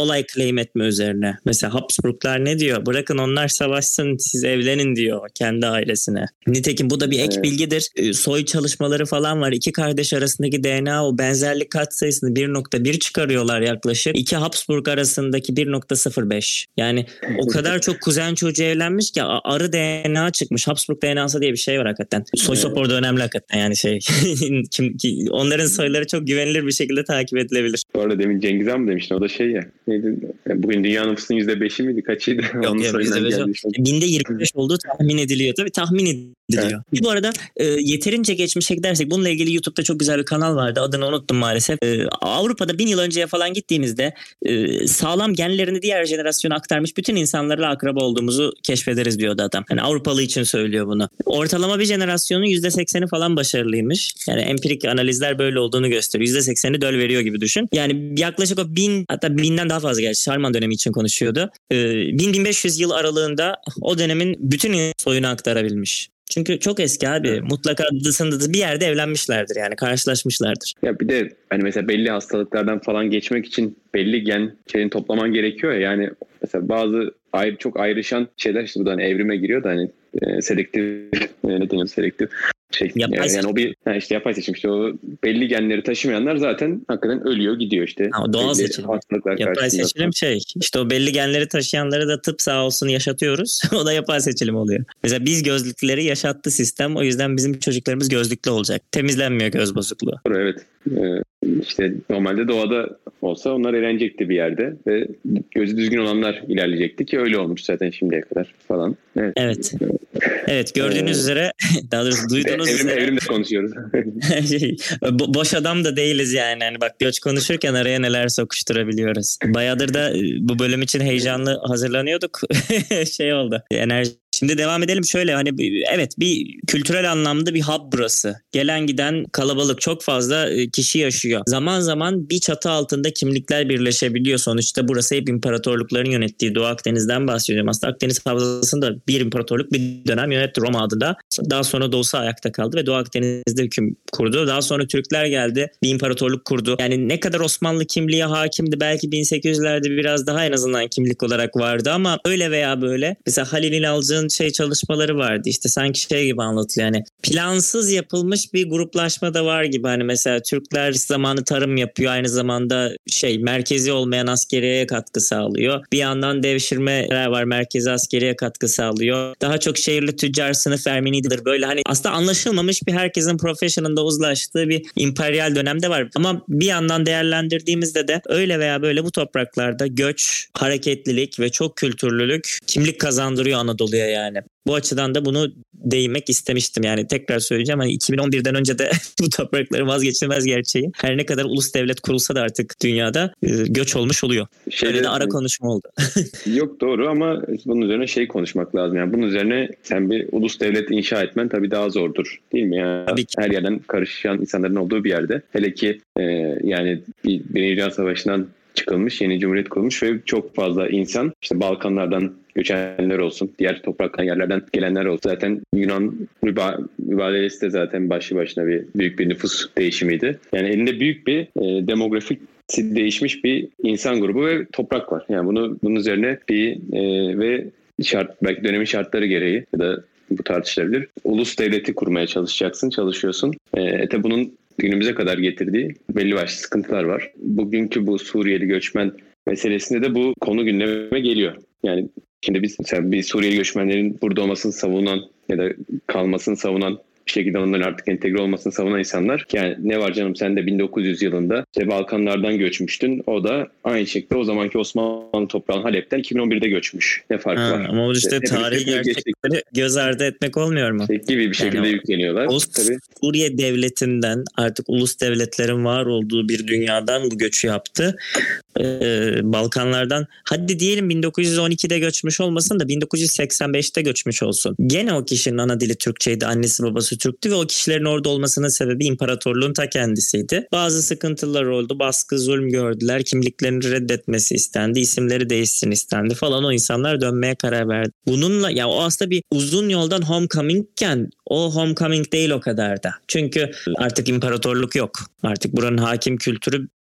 olay claim etme üzerine. Mesela Habsburglar ne diyor? Bırakın onlar savaşsın, siz evlenin diyor kendi ailesine. Nitekim bu da bir ek Evet. bilgidir. E, soy çalışmaları falan var. İki kardeş arasındaki D N A o benzerlik katsayısını bir nokta bir çıkarıyorlar yaklaşık. İki Habsburg arasındaki bir nokta sıfır beş. Yani o kadar çok kuzen çocuğu evlenmiş ki arı D N A çıkmış. Habsburg D N A'sı diye bir şey var hakikaten. Soy sop orada önemli hakikaten yani şey. Kim, ki, onların soyları çok güvenilir bir şekilde takip edilebilir. Bu arada demin Cengiz Han mı demiştin? O da şey ya. Neydi? Bugün dünyanın nüfusunun yüzde beşi miydi? Kaçıydı? Yok ya yüzde beş. Binde yirmi beş olduğu tahmin ediliyor. Tabii tahmin ediliyor. Evet. Bu arada e, yeterince geçmişe gidersek bununla ilgili YouTube'da çok güzel bir kanal vardı. Adını unuttum maalesef. E, Avrupa'da bin yıl önceye falan gittiğimizde e, sağlam genlerini diğer jenerasyona aktarmış bütün insanlarla akraba olduğumuzu keşfederiz diyordu adam. Yani Avrupalı için söylüyor bunu. Ortalama bir jenerasyonun yüzde sekseni falan başarılıymış. Yani empirik analizler böyle olduğunu gösteriyor. yüzde sekseni döl veriyor gibi düşün. Yani yaklaşık o bin hatta binden daha fazla gerçi Şarman dönemi için konuşuyordu. Ee, bin bin beş yüz yıl aralığında o dönemin bütün soyunu aktarabilmiş. Çünkü çok eski abi. Evet. Mutlaka dıdısında bir yerde evlenmişlerdir yani karşılaşmışlardır. Ya bir de hani mesela belli hastalıklardan falan geçmek için belli genlerini toplaman gerekiyor ya. Yani mesela bazı ayrı, çok ayrışan şeyler işte bu da hani evrime giriyor da hani e, selektif e, ne deniyor selektif şey yapay yani, yani o bir yani işte yapay seçim işte o belli genleri taşımayanlar zaten hakikaten ölüyor gidiyor işte. Ha, doğal seçilim. Yapay seçilim şey işte o belli genleri taşıyanları da tıp sağ olsun yaşatıyoruz. O da yapay seçilim oluyor. Mesela biz gözlükleri yaşattı sistem, o yüzden bizim çocuklarımız gözlüklü olacak. Temizlenmiyor göz bozukluğu. Evet. Ee, işte normalde doğada olsa onlar eğlenecekti bir yerde ve gözü düzgün olanlar ilerleyecekti ki öyle olmuş zaten şimdiye kadar falan. Evet. Evet, evet gördüğünüz ee, üzere daha doğrusu duyduğunuz evrim, üzere. Evrimde konuşuyoruz. şey, bo- boş adam da değiliz yani. yani. Bak göç konuşurken araya neler sokuşturabiliyoruz. Bayağıdır da bu bölüm için heyecanlı hazırlanıyorduk. şey oldu. Enerji. Şimdi devam edelim şöyle hani evet bir kültürel anlamda bir hub burası. Gelen giden kalabalık çok fazla kişi yaşıyor. Zaman zaman bir çatı altında kimlikler birleşebiliyor. Sonuçta burası hep imparatorlukların yönettiği Doğu Akdeniz'den bahsediyorum. Aslında Akdeniz Havzası'nda bir imparatorluk bir dönem yönetti Roma adında. Daha sonra Doğu'su ayakta kaldı ve Doğu Akdeniz'de hüküm kurdu. Daha sonra Türkler geldi bir imparatorluk kurdu. Yani ne kadar Osmanlı kimliğe hakimdi belki bin sekiz yüzlerde biraz daha en azından kimlik olarak vardı ama öyle veya böyle. Mesela Halil İnalcık'ın şey çalışmaları vardı işte sanki şey gibi anlatılıyor yani plansız yapılmış bir gruplaşma da var gibi hani mesela Türkler zamanı tarım yapıyor aynı zamanda şey merkezi olmayan askeriyeye katkı sağlıyor bir yandan devşirmeler var merkezi askeriye katkı sağlıyor daha çok şehirli tüccar sınıf Ermenidir böyle hani aslında anlaşılmamış bir herkesin professional'da uzlaştığı bir emperyal dönemde var ama bir yandan değerlendirdiğimizde de öyle veya böyle bu topraklarda göç, hareketlilik ve çok kültürlülük kimlik kazandırıyor Anadolu'ya yani. Bu açıdan da bunu değinmek istemiştim. Yani tekrar söyleyeceğim hani iki bin on birden önce de bu toprakların vazgeçilmez gerçeği. Her ne kadar ulus devlet kurulsa da artık dünyada e, göç olmuş oluyor. Şeyde, öyle de ara konuşma oldu. Yok doğru ama bunun üzerine şey konuşmak lazım. Yani bunun üzerine sen bir ulus devlet inşa etmen tabii daha zordur değil mi? Yani tabii ki. Her yerden karışan insanların olduğu bir yerde. Hele ki e, yani bir, Birinci Dünya Savaşı'ndan çıkılmış, yeni cumhuriyet kurulmuş ve çok fazla insan işte Balkanlardan göçenler olsun, diğer topraktan yerlerden gelenler olsun. Zaten Yunan mübadelesi de zaten başlı başına bir büyük bir nüfus değişimiydi. Yani elinde büyük bir e, demografik değişmiş bir insan grubu ve toprak var. Yani bunu bunun üzerine bir e, ve şart belki dönemin şartları gereği ya da bu tartışılabilir. Ulus devleti kurmaya çalışacaksın, çalışıyorsun. E, tabi bunun günümüze kadar getirdiği belli başlı sıkıntılar var. Bugünkü bu Suriyeli göçmen meselesinde de bu konu gündeme geliyor. Yani şimdi biz mesela bir Suriyeli göçmenlerin burada olmasını savunan ya da kalmasını savunan bir şekilde onların artık entegre olmasını savunan insanlar. Yani ne var canım sen de bin dokuz yüz yılında işte Balkanlardan göçmüştün. O da aynı şekilde o zamanki Osmanlı toprağın Halep'ten iki bin on birde göçmüş. Ne farkı ha, var? Ama o işte, işte tarihi gerçekleri göz ardı etmek olmuyor mu? Gibi bir şekilde yani yükleniyorlar. O tabii. Suriye devletinden artık ulus devletlerin var olduğu bir dünyadan bu göçü yaptı. Ee, Balkanlardan hadi diyelim bin dokuz yüz on ikide göçmüş olmasın da bin dokuz yüz seksen beşte göçmüş olsun. Gene o kişinin ana dili Türkçeydi, annesi babası Türktü ve o kişilerin orada olmasının sebebi imparatorluğun ta kendisiydi. Bazı sıkıntılar oldu, baskı, zulüm gördüler, kimliklerini reddetmesi istendi, isimleri değişsin istendi falan, o insanlar dönmeye karar verdi. Bununla ya o aslında bir uzun yoldan homecomingken o homecoming değil o kadar da. Çünkü artık imparatorluk yok. Artık buranın hakim kültürü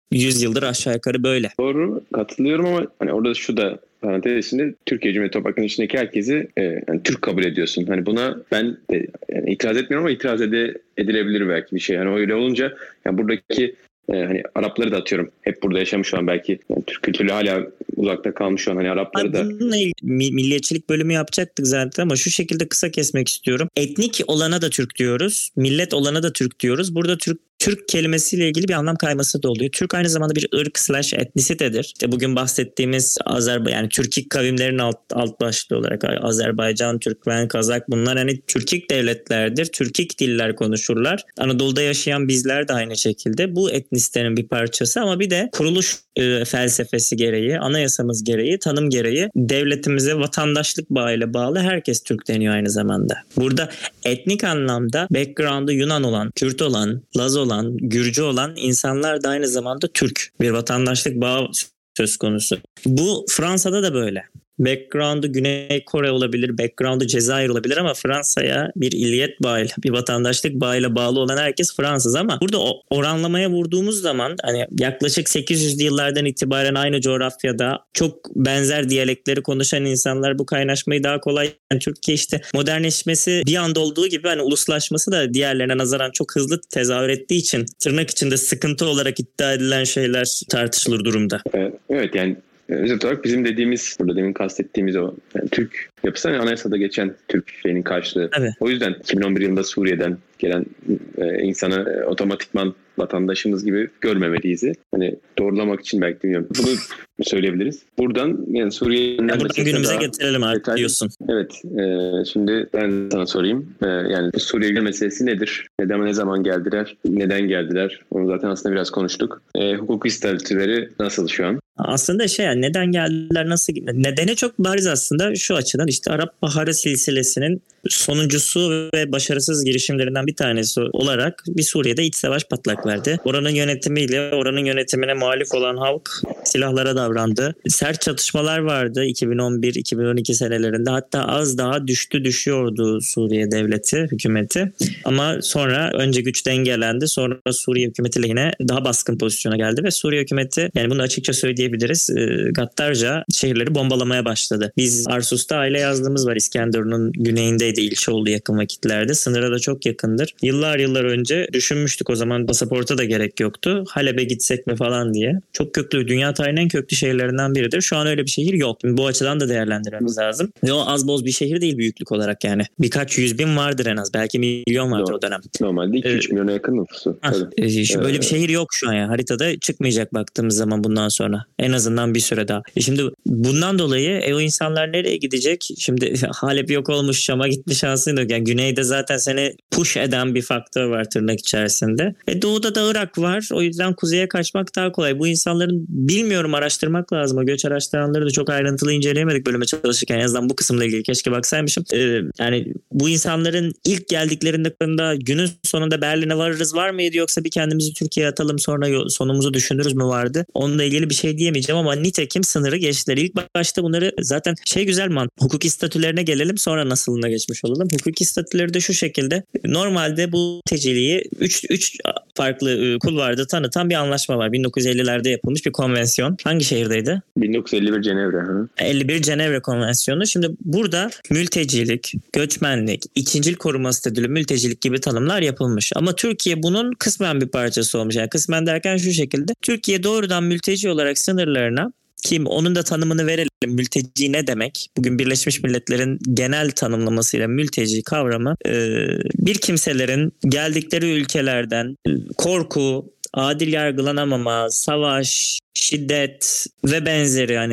yüz yıldır aşağı yukarı böyle. Doğru, katılıyorum ama hani orada şu da parantez içinde Türkiye Cumhuriyeti topraklarının içindeki herkesi e, yani Türk kabul ediyorsun. Hani buna ben de, yani itiraz etmiyorum ama itiraz ede, edilebilir belki bir şey. Hani öyle olunca yani buradaki e, hani Arapları da atıyorum. Hep burada yaşamış olan belki yani Türk kültürü hala uzakta kalmış olan hani Arapları da. Bununla ilgili milliyetçilik bölümü yapacaktık zaten ama şu şekilde kısa kesmek istiyorum. Etnik olana da Türk diyoruz. Millet olana da Türk diyoruz. Burada Türk Türk kelimesiyle ilgili bir anlam kayması da oluyor. Türk aynı zamanda bir ırk slash etnisitedir. İşte bugün bahsettiğimiz Azerbaycan, yani Türkik kavimlerin alt, alt başlığı olarak Azerbaycan, Türkmen, Kazak, bunlar hani Türkik devletlerdir. Türkik diller konuşurlar. Anadolu'da yaşayan bizler de aynı şekilde. Bu etnisitenin bir parçası ama bir de kuruluş e, felsefesi gereği, anayasamız gereği, tanım gereği devletimize vatandaşlık bağıyla bağlı herkes Türk deniyor aynı zamanda. Burada etnik anlamda background'ı Yunan olan, Kürt olan, Laz olan, Gürcü olan insanlar da aynı zamanda Türk. Bir vatandaşlık bağı söz konusu. Bu Fransa'da da böyle. Background'u Güney Kore olabilir, background'u Cezayir olabilir ama Fransa'ya bir illiyet bağıyla, bir vatandaşlık bağıyla bağlı olan herkes Fransız ama burada oranlamaya vurduğumuz zaman hani yaklaşık sekiz yüzlü yıllardan itibaren aynı coğrafyada çok benzer diyalekleri konuşan insanlar bu kaynaşmayı daha kolay. Yani Türkiye işte modernleşmesi bir anda olduğu gibi hani uluslaşması da diğerlerine nazaran çok hızlı tezahür ettiği için tırnak içinde sıkıntı olarak iddia edilen şeyler tartışılır durumda. Evet, evet yani özet olarak bizim dediğimiz, burada demin kastettiğimiz o yani Türk yapısı hani anayasada geçen Türk şeyinin karşılığı. Evet. O yüzden iki bin on bir yılında Suriye'den gelen e, insanı e, otomatikman vatandaşımız gibi görmemeliyiz. Hani doğrulamak için belki bilmiyorum. Bunu söyleyebiliriz. Buradan yani Suriye'den yani buradan günümüze getirelim artık detaylı diyorsun. Evet. E, şimdi ben sana sorayım. E, yani Suriye meselesi nedir? Neden, ne zaman geldiler? Neden geldiler? Onu zaten aslında biraz konuştuk. E, hukuki statüleri nasıl şu an? Aslında şey yani neden geldiler, nasıl, nedeni çok bariz aslında şu açıdan, işte Arap Baharı silsilesinin sonuncusu ve başarısız girişimlerinden bir tanesi olarak bir Suriye'de iç savaş patlak verdi. Oranın yönetimiyle oranın yönetimine muhalif olan halk silahlara davrandı. Sert çatışmalar vardı iki bin on bir iki bin on iki senelerinde, hatta az daha düştü düşüyordu Suriye devleti, hükümeti. Ama sonra önce güç dengelendi, sonra Suriye hükümeti lehine daha baskın pozisyona geldi ve Suriye hükümeti, yani bunu açıkça söyleyebiliriz, gaddarca şehirleri bombalamaya başladı. Biz Arsus'ta aile yazdığımız var, İskenderun'un güneyindeydi ilçe olduğu yakın vakitlerde. Sınıra da çok yakındır. Yıllar yıllar önce düşünmüştük, o zaman pasaporta da gerek yoktu. Halep'e gitsek mi falan diye. Çok köklü, dünya tarihinin en köklü şehirlerinden biridir. Şu an öyle bir şehir yok. Bu açıdan da değerlendirmemiz lazım. Ve o az boz bir şehir değil büyüklük olarak yani. Birkaç yüz bin vardır en az. Belki milyon vardır no, o dönem. Normalde iki üç ee, milyona yakın nüfusu. Ah, e, şu, böyle ee, bir şehir yok şu an ya. Haritada çıkmayacak baktığımız zaman bundan sonra. En azından bir süre daha. E şimdi bundan dolayı e, o insanlar nereye gidecek? Şimdi Halep yok olmuş, Şam'a gitme şansın yok. Yani güneyde zaten seni push eden bir faktör var tırnak içerisinde. E doğuda da Irak var. O yüzden kuzeye kaçmak daha kolay. Bu insanların, bilmiyorum, araştırmak lazım. O göç araştıranları da çok ayrıntılı inceleyemedik bölüme çalışırken. En azından bu kısımla ilgili keşke baksaymışım. Ee, yani bu insanların ilk geldiklerinde günün sonunda Berlin'e varırız var mıydı, yoksa bir kendimizi Türkiye'ye atalım sonra sonumuzu düşünürüz mü vardı? Onunla ilgili bir şey diyemeyeceğim ama nitekim sınırı geçtiler. İlk başta bunları zaten şey güzel man. Hukuki statülerine gelelim, sonra nasılına geçmiş olalım. Hukuki statüleri de şu şekilde. Normalde bu mülteciliği üç farklı kulvarda tanıtan bir anlaşma var. bin dokuz yüz ellilerde yapılmış bir konvensiyon. Hangi şehirdeydi? bin dokuz yüz elli bir Cenevre. Hı. elli bir Cenevre Konvansiyonu. Şimdi burada mültecilik, göçmenlik, ikincil koruma statülü mültecilik gibi tanımlar yapılmış. Ama Türkiye bunun kısmen bir parçası olmuş. Yani kısmen derken şu şekilde. Türkiye doğrudan mülteci olarak sınırlarına, kim onun da tanımını verelim. Mülteci ne demek? Bugün Birleşmiş Milletler'in genel tanımlamasıyla mülteci kavramı bir kimselerin geldikleri ülkelerden korku, adil yargılanamama, savaş, şiddet ve benzeri, yani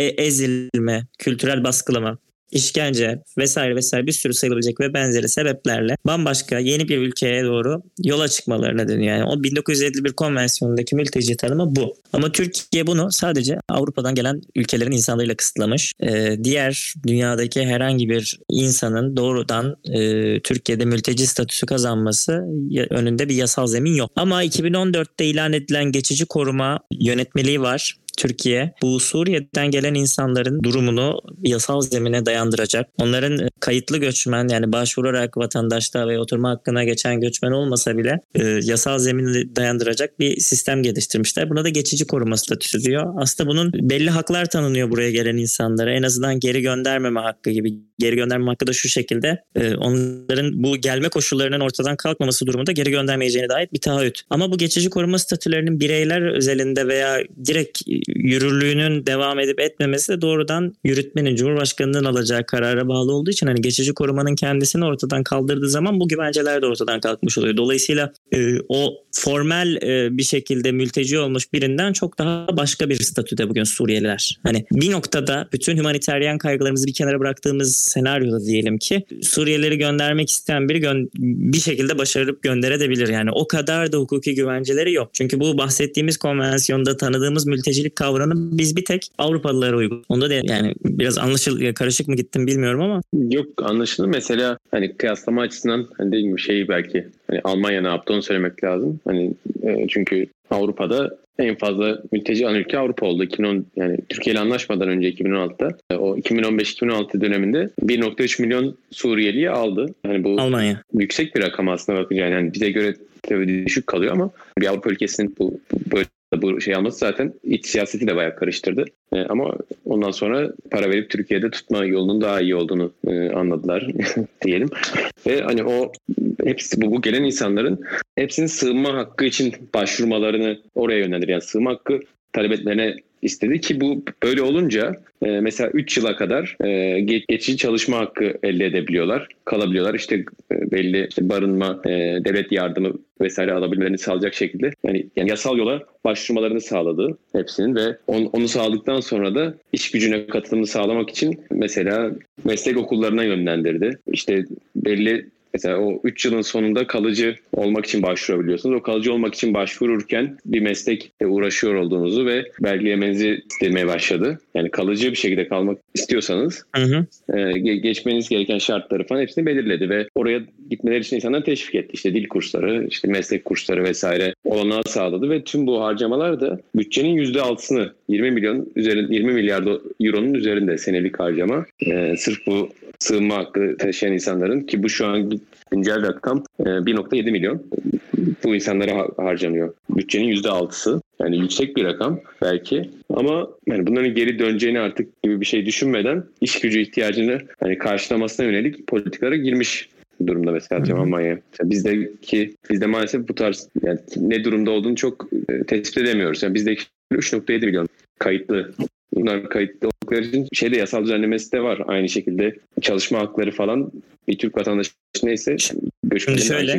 ezilme, kültürel baskılama, işkence vesaire vesaire bir sürü sayılabilecek ve benzeri sebeplerle bambaşka yeni bir ülkeye doğru yola çıkmalarına deniyor. Yani o bin dokuz yüz elli bir konvansiyonundaki mülteci tanımı bu. Ama Türkiye bunu sadece Avrupa'dan gelen ülkelerin insanlarıyla kısıtlamış. Ee, diğer dünyadaki herhangi bir insanın doğrudan e, Türkiye'de mülteci statüsü kazanması önünde bir yasal zemin yok. Ama iki bin on dörtte ilan edilen geçici koruma yönetmeliği var. Türkiye bu Suriye'den gelen insanların durumunu yasal zemine dayandıracak. Onların kayıtlı göçmen, yani başvurarak vatandaşlığa ve oturma hakkına geçen göçmen olmasa bile e, yasal zemini dayandıracak bir sistem geliştirmişler. Buna da geçici koruma statüsü diyor. Aslında bunun belli haklar tanınıyor buraya gelen insanlara. En azından geri göndermeme hakkı gibi. Geri gönderme hakkı da şu şekilde, e, onların bu gelme koşullarının ortadan kalkmaması durumunda geri göndermeyeceğine dair bir taahhüt. Ama bu geçici koruma statülerinin bireyler özelinde veya direkt yürürlüğünün devam edip etmemesi de doğrudan yürütmenin, Cumhurbaşkanı'nın alacağı karara bağlı olduğu için hani geçici korumanın kendisini ortadan kaldırdığı zaman bu güvenceler de ortadan kalkmış oluyor. Dolayısıyla e, o formel e, bir şekilde mülteci olmuş birinden çok daha başka bir statüde bugün Suriyeliler. Hani bir noktada bütün humaniteryen kaygılarımızı bir kenara bıraktığımız senaryoda diyelim ki Suriyelileri göndermek isteyen biri gö- bir şekilde başarıp gönderebilir. Yani o kadar da hukuki güvenceleri yok. Çünkü bu bahsettiğimiz konvansiyonda tanıdığımız mültecilik kavramı biz bir tek Avrupalılara uygun. Onda da yani biraz anlaşıl karışık mı gittim bilmiyorum ama. Yok, anlaşıldı. Mesela hani kıyaslama açısından hani dediğim gibi şeyi belki hani Almanya ne yaptı onu söylemek lazım. Hani e, çünkü Avrupa'da en fazla mülteci alan ülke Avrupa oldu. iki bin on yani Türkiye ile anlaşmadan önce iki bin on altıda o iki bin on beş iki bin on altı döneminde bir nokta üç milyon Suriyeliyi aldı. Yani bu Almanya yüksek bir rakam aslında bakınca yani bize göre tabii düşük kalıyor ama bir Avrupa ülkesinin bu, bu böyle bu şey alması zaten iç siyaseti de bayağı karıştırdı. E, ama ondan sonra para verip Türkiye'de tutma yolunun daha iyi olduğunu e, anladılar diyelim. Ve hani o hepsi bu, bu gelen insanların hepsinin sığınma hakkı için başvurmalarını oraya yönlendir. Yani sığınma hakkı talep etmelerine istedi ki bu böyle olunca e, mesela üç yıla kadar e, geçici çalışma hakkı elde edebiliyorlar. Kalabiliyorlar. İşte e, belli işte barınma, e, devlet yardımı vesaire alabilmelerini sağlayacak şekilde yani, yani yasal yola başvurmalarını sağladı hepsinin ve on, onu sağladıktan sonra da iş gücüne katılımını sağlamak için mesela meslek okullarına yönlendirdi. İşte belli mesela o üç yılın sonunda kalıcı olmak için başvurabiliyorsunuz. O kalıcı olmak için başvururken bir meslekle uğraşıyor olduğunuzu ve belgelemenizi istemeye başladı. Yani kalıcı bir şekilde kalmak istiyorsanız hı hı. E, geçmeniz gereken şartları falan hepsini belirledi ve oraya gitmeleri için insanları teşvik etti. İşte dil kursları, işte meslek kursları vesaire olanağı sağladı ve tüm bu harcamalar da bütçenin yüzde altısını yirmi milyon üzerinde yirmi milyar euronun üzerinde senelik harcama. E, sırf bu sığınma hakkı taşıyan insanların ki bu şu an güncel rakam bir nokta yedi milyon bu insanlara harcanıyor. Bütçenin yüzde altısı yani yüksek bir rakam belki ama yani bunların geri döneceğini artık gibi bir şey düşünmeden iş gücü ihtiyacını hani karşılamasına yönelik politikalara girmiş durumda mesela Hı-hı. Almanya. Bizdeki bizde maalesef bu tarz yani ne durumda olduğunu çok tespit edemiyoruz. Yani bizdeki üç nokta yedi milyon kayıtlı. Bunlar kayıtlı oldukları için şeyde yasal düzenlemesi de var. Aynı şekilde çalışma hakları falan bir Türk vatandaşı neyse Şimdi şöyle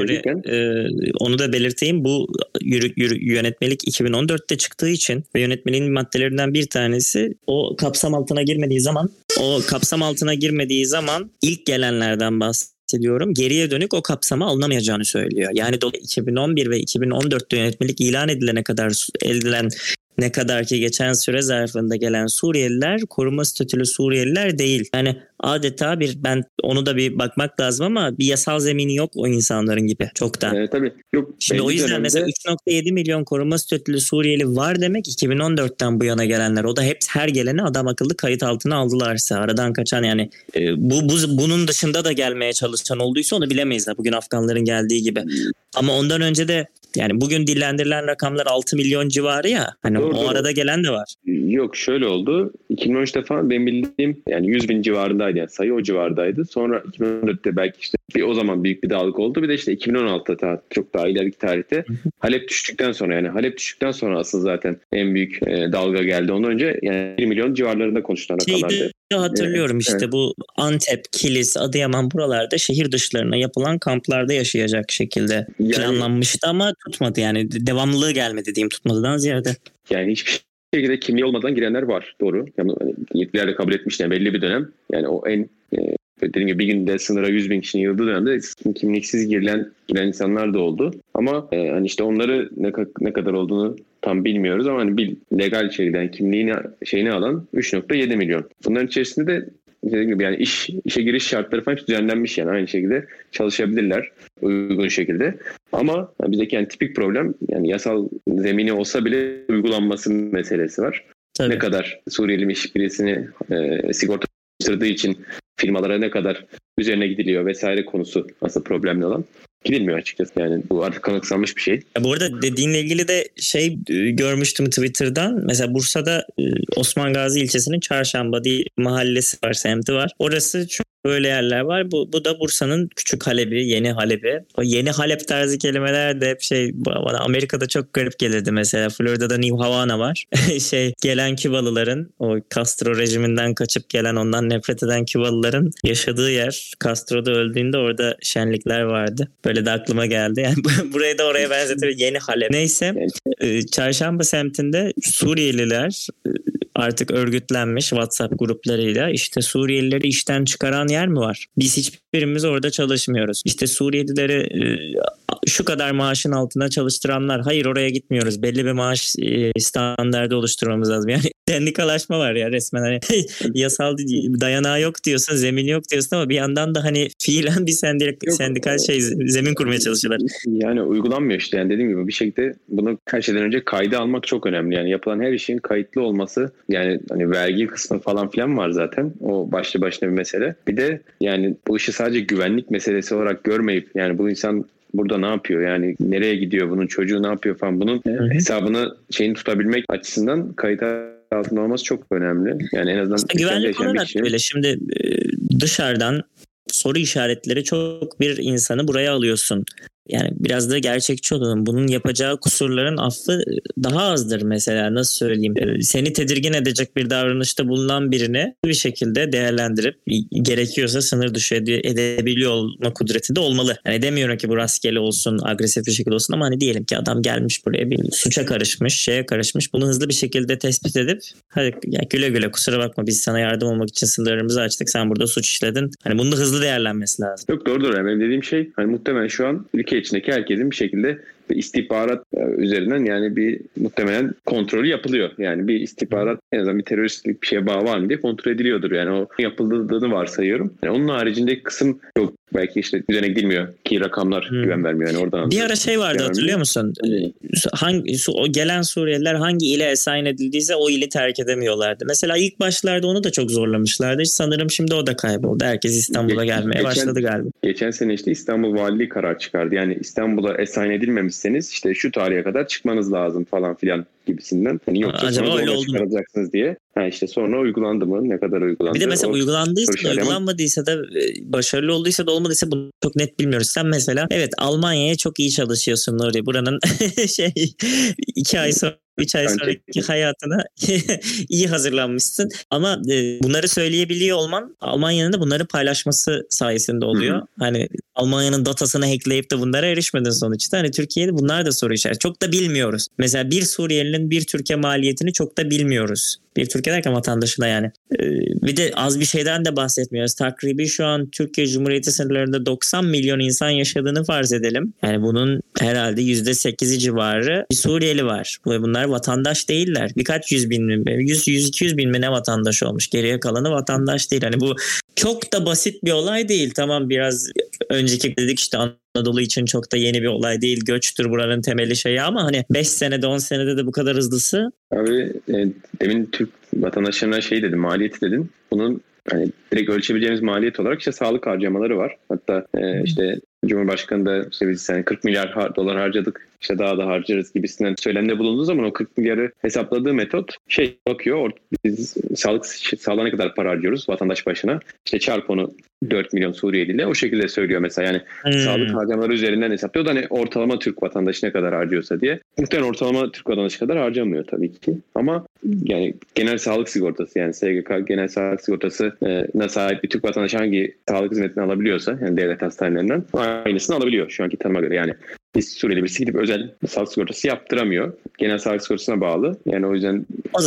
e, onu da belirteyim. Bu yürü, yürü, yönetmelik iki bin on dörtte çıktığı için ve yönetmeliğin maddelerinden bir tanesi o kapsam altına girmediği zaman o kapsam altına girmediği zaman ilk gelenlerden bahsediyorum. Geriye dönük o kapsama alınamayacağını söylüyor. Yani iki bin on bir ve iki bin on dörtte yönetmelik ilan edilene kadar edilen ne kadar ki geçen süre zarfında gelen Suriyeliler koruma statülü Suriyeliler değil. Yani adeta bir ben onu da bir bakmak lazım ama bir yasal zemini yok o insanların gibi çok da. Evet, tabii. Yok, Şimdi o yüzden dönemde... mesela üç nokta yedi milyon koruma statülü Suriyeli var demek iki bin on dörtten bu yana gelenler. O da hep her geleni adam akıllı kayıt altına aldılarsa aradan kaçan yani e, bu, bu bunun dışında da gelmeye çalışan olduysa onu bilemeyiz. Bugün Afganların geldiği gibi. Ama ondan önce de yani bugün dillendirilen rakamlar altı milyon civarı ya. Hani doğru, o doğru. Arada gelen de var. Yok şöyle oldu. iki bin on üçte falan benim bildiğim yani yüz bin civarındaydı. Yani sayı o civardaydı. Sonra iki bin on dörtte belki işte bir o zaman büyük bir dağılık oldu. Bir de işte iki bin on altıda çok daha ileriki tarihte hı hı. Halep düştükten sonra yani Halep düştükten sonra asıl zaten en büyük e, dalga geldi. Ondan önce yani bir milyon civarlarında konuşulan rakamlardı. Hatırlıyorum evet, işte evet. Bu Antep, Kilis, Adıyaman buralarda şehir dışlarına yapılan kamplarda yaşayacak şekilde yani, planlanmıştı ama tutmadı yani devamlılığı gelmedi diyeyim tutmadıdan ziyade. Yani hiçbir şekilde kimliği olmadan girenler var doğru. Yani yetkililer de kabul etmişler belli bir dönem. Yani o en e, dediğim gibi bir günde sınıra yüz bin kişinin yığıldığı dönemde kimliksiz girilen, giren insanlar da oldu. Ama e, hani işte onları ne, ne kadar olduğunu tam bilmiyoruz ama hani bir legal içeriden kimliğini şeyini alan üç nokta yedi milyon. Bunların içerisinde de dediğim gibi yani iş işe giriş şartları falan düzenlenmiş, yani aynı şekilde çalışabilirler uygun şekilde. Ama bizdeki yani tipik problem, yani yasal zemini olsa bile uygulanması meselesi var. Tabii. Ne kadar Suriyeli işbirisini e, sigortalaştırdığı için firmalara ne kadar üzerine gidiliyor vesaire konusu aslında problemli olan. Gidilmiyor açıkçası, yani bu artık kanıksanmış bir şey. Ya bu arada dediğinle ilgili de şey görmüştüm Twitter'dan. Mesela Bursa'da Osman Gazi ilçesinin Çarşamba diye mahallesi var, semti var. Orası çok böyle yerler var. Bu, bu da Bursa'nın küçük Halep'i, yeni Halep'i. O yeni Halep tarzı kelimeler de hep şey, bana Amerika'da çok garip gelirdi mesela. Florida'da New Havana var. şey gelen Kübalıların, o Castro rejiminden kaçıp gelen, ondan nefret eden Kübalıların yaşadığı yer. Castro'da öldüğünde orada şenlikler vardı. Böyle de aklıma geldi. Yani burayı da oraya benzetiyor. Yeni Halep. Neyse, Çarşamba semtinde Suriyeliler artık örgütlenmiş WhatsApp gruplarıyla, işte Suriyelileri işten çıkaran yer mi var? Biz hiçbirimiz orada çalışmıyoruz. İşte Suriyelileri şu kadar maaşın altına çalıştıranlar, hayır oraya gitmiyoruz. Belli bir maaş standardı oluşturmamız lazım. Yani sendikalaşma var ya resmen, hani yasal dayanağı yok diyorsun, zemin yok diyorsun ama bir yandan da hani fiilen bir sendik, sendikal şey zemin kurmaya çalışıyorlar. Yani uygulanmıyor işte, yani dediğim gibi bir şekilde bunu her şeyden önce kayda almak çok önemli. Yani yapılan her işin kayıtlı olması, yani hani vergi kısmı falan filan var zaten. O başlı başına bir mesele. Bir de yani bu işi sadece güvenlik meselesi olarak görmeyip, yani bu insan burada ne yapıyor, yani nereye gidiyor, bunun çocuğu ne yapıyor falan, bunun evet. hesabını şeyini tutabilmek açısından kayıt altında olması çok önemli. Yani en azından işte güvenlik olarak şey. Böyle şimdi dışarıdan soru işaretleri çok bir insanı buraya alıyorsun. Yani biraz da gerçekçi olalım. Bunun yapacağı kusurların affı daha azdır mesela, nasıl söyleyeyim. Seni tedirgin edecek bir davranışta bulunan birini bir şekilde değerlendirip gerekiyorsa sınır dışı edebiliyor olma kudreti de olmalı. Yani demiyorum ki bu rastgele olsun, agresif bir şekilde olsun ama hani diyelim ki adam gelmiş buraya, bir suça karışmış, şeye karışmış. Bunu hızlı bir şekilde tespit edip hadi ya güle güle, kusura bakma biz sana yardım olmak için sınırlarımızı açtık, sen burada suç işledin. Hani bunun da hızlı değerlenmesi lazım. Yok doğrudur. Yani benim dediğim şey hani muhtemelen şu an ülke içindeki herkesin bir şekilde istihbarat üzerinden yani bir muhtemelen kontrolü yapılıyor. Yani bir istihbarat en azından bir teröristlik bir şeye bağ var mı diye kontrol ediliyordur. Yani o yapıldığını varsayıyorum. Yani onun haricindeki kısım yok. Belki işte üzerine gidilmiyor ki rakamlar hmm. güven vermiyor. Yani oradan bir ara şey vardı, hatırlıyor musun? Hangi o gelen Suriyeliler hangi ile esayin edildiyse o ili terk edemiyorlardı. Mesela ilk başlarda onu da çok zorlamışlardı. Sanırım şimdi o da kayboldu. Herkes İstanbul'a gelmeye geçen, başladı galiba. Geçen sene işte İstanbul Valiliği karar çıkardı. Yani İstanbul'a esayin edilmemişseniz işte şu tarihe kadar çıkmanız lazım falan filan gibisinden. Hani yoksa acaba öyle oldu çıkaracaksınız diye. Ha işte sonra uygulandı mı? Ne kadar uygulandı? Bir de mesela o uygulandıysa da uygulanmadıysa da başarılı olduysa da olmadıysa bunu çok net bilmiyoruz. Sen mesela evet Almanya'ya çok iyi çalışıyorsun Nuri. Buranın şey iki ay sonra üç ay sonraki hayatına iyi hazırlanmışsın. Ama e, bunları söyleyebiliyor olman Almanya'nın da bunları paylaşması sayesinde oluyor. Hı-hı. Hani Almanya'nın datasını hackleyip de bunlara erişmedin sonuçta. Hani Türkiye'de bunlar da soru işareti. Çok da bilmiyoruz. Mesela bir Suriyelinin bir Türkiye maliyetini çok da bilmiyoruz. Bir Türkiye derken vatandaşına yani. Ee, bir de az bir şeyden de bahsetmiyoruz. Takribi şu an Türkiye Cumhuriyeti sınırlarında doksan milyon insan yaşadığını farz edelim. Yani bunun herhalde yüzde sekizi civarı bir Suriyeli var. Ve bunlar vatandaş değiller. Birkaç yüz bin mi, yüz yüz iki yüz bin mi ne vatandaş olmuş. Geriye kalanı vatandaş değil. Hani bu çok da basit bir olay değil. Tamam, biraz önceki dedik işte Anadolu için çok da yeni bir olay değil. Göçtür buranın temeli şeyi ama hani beş senede on senede de bu kadar hızlısı. Abi e, demin Türk vatandaşlarına şey dedim, maliyeti dedin. Bunun hani direkt ölçebileceğimiz maliyet olarak işte sağlık harcamaları var. Hatta e, işte Cumhurbaşkanı da işte biz yani kırk milyar dolar harcadık, işte daha da harcarız gibisinden söylemde bulunduğu zaman o kırk milyarı hesapladığı metot şey bakıyor, biz sağlık sağlığa ne kadar para harcıyoruz vatandaş başına, işte çarp onu dört milyon Suriyeli ile o şekilde söylüyor mesela, yani hmm. sağlık harcamaları üzerinden hesaplıyor da hani ortalama Türk vatandaşı ne kadar harcıyorsa diye. Muhtemelen ortalama Türk vatandaşı kadar harcamıyor tabii ki ama yani genel sağlık sigortası, yani S G K genel sağlık sigortasına sahip bir Türk vatandaşı hangi sağlık hizmetini alabiliyorsa, yani devlet hastanelerinden aynısını alabiliyor şu anki tanıma göre. Yani biz Suriyeli birisi gidip özel sağlık sigortası yaptıramıyor. Genel sağlık sigortasına bağlı. Yani o yüzden o zaman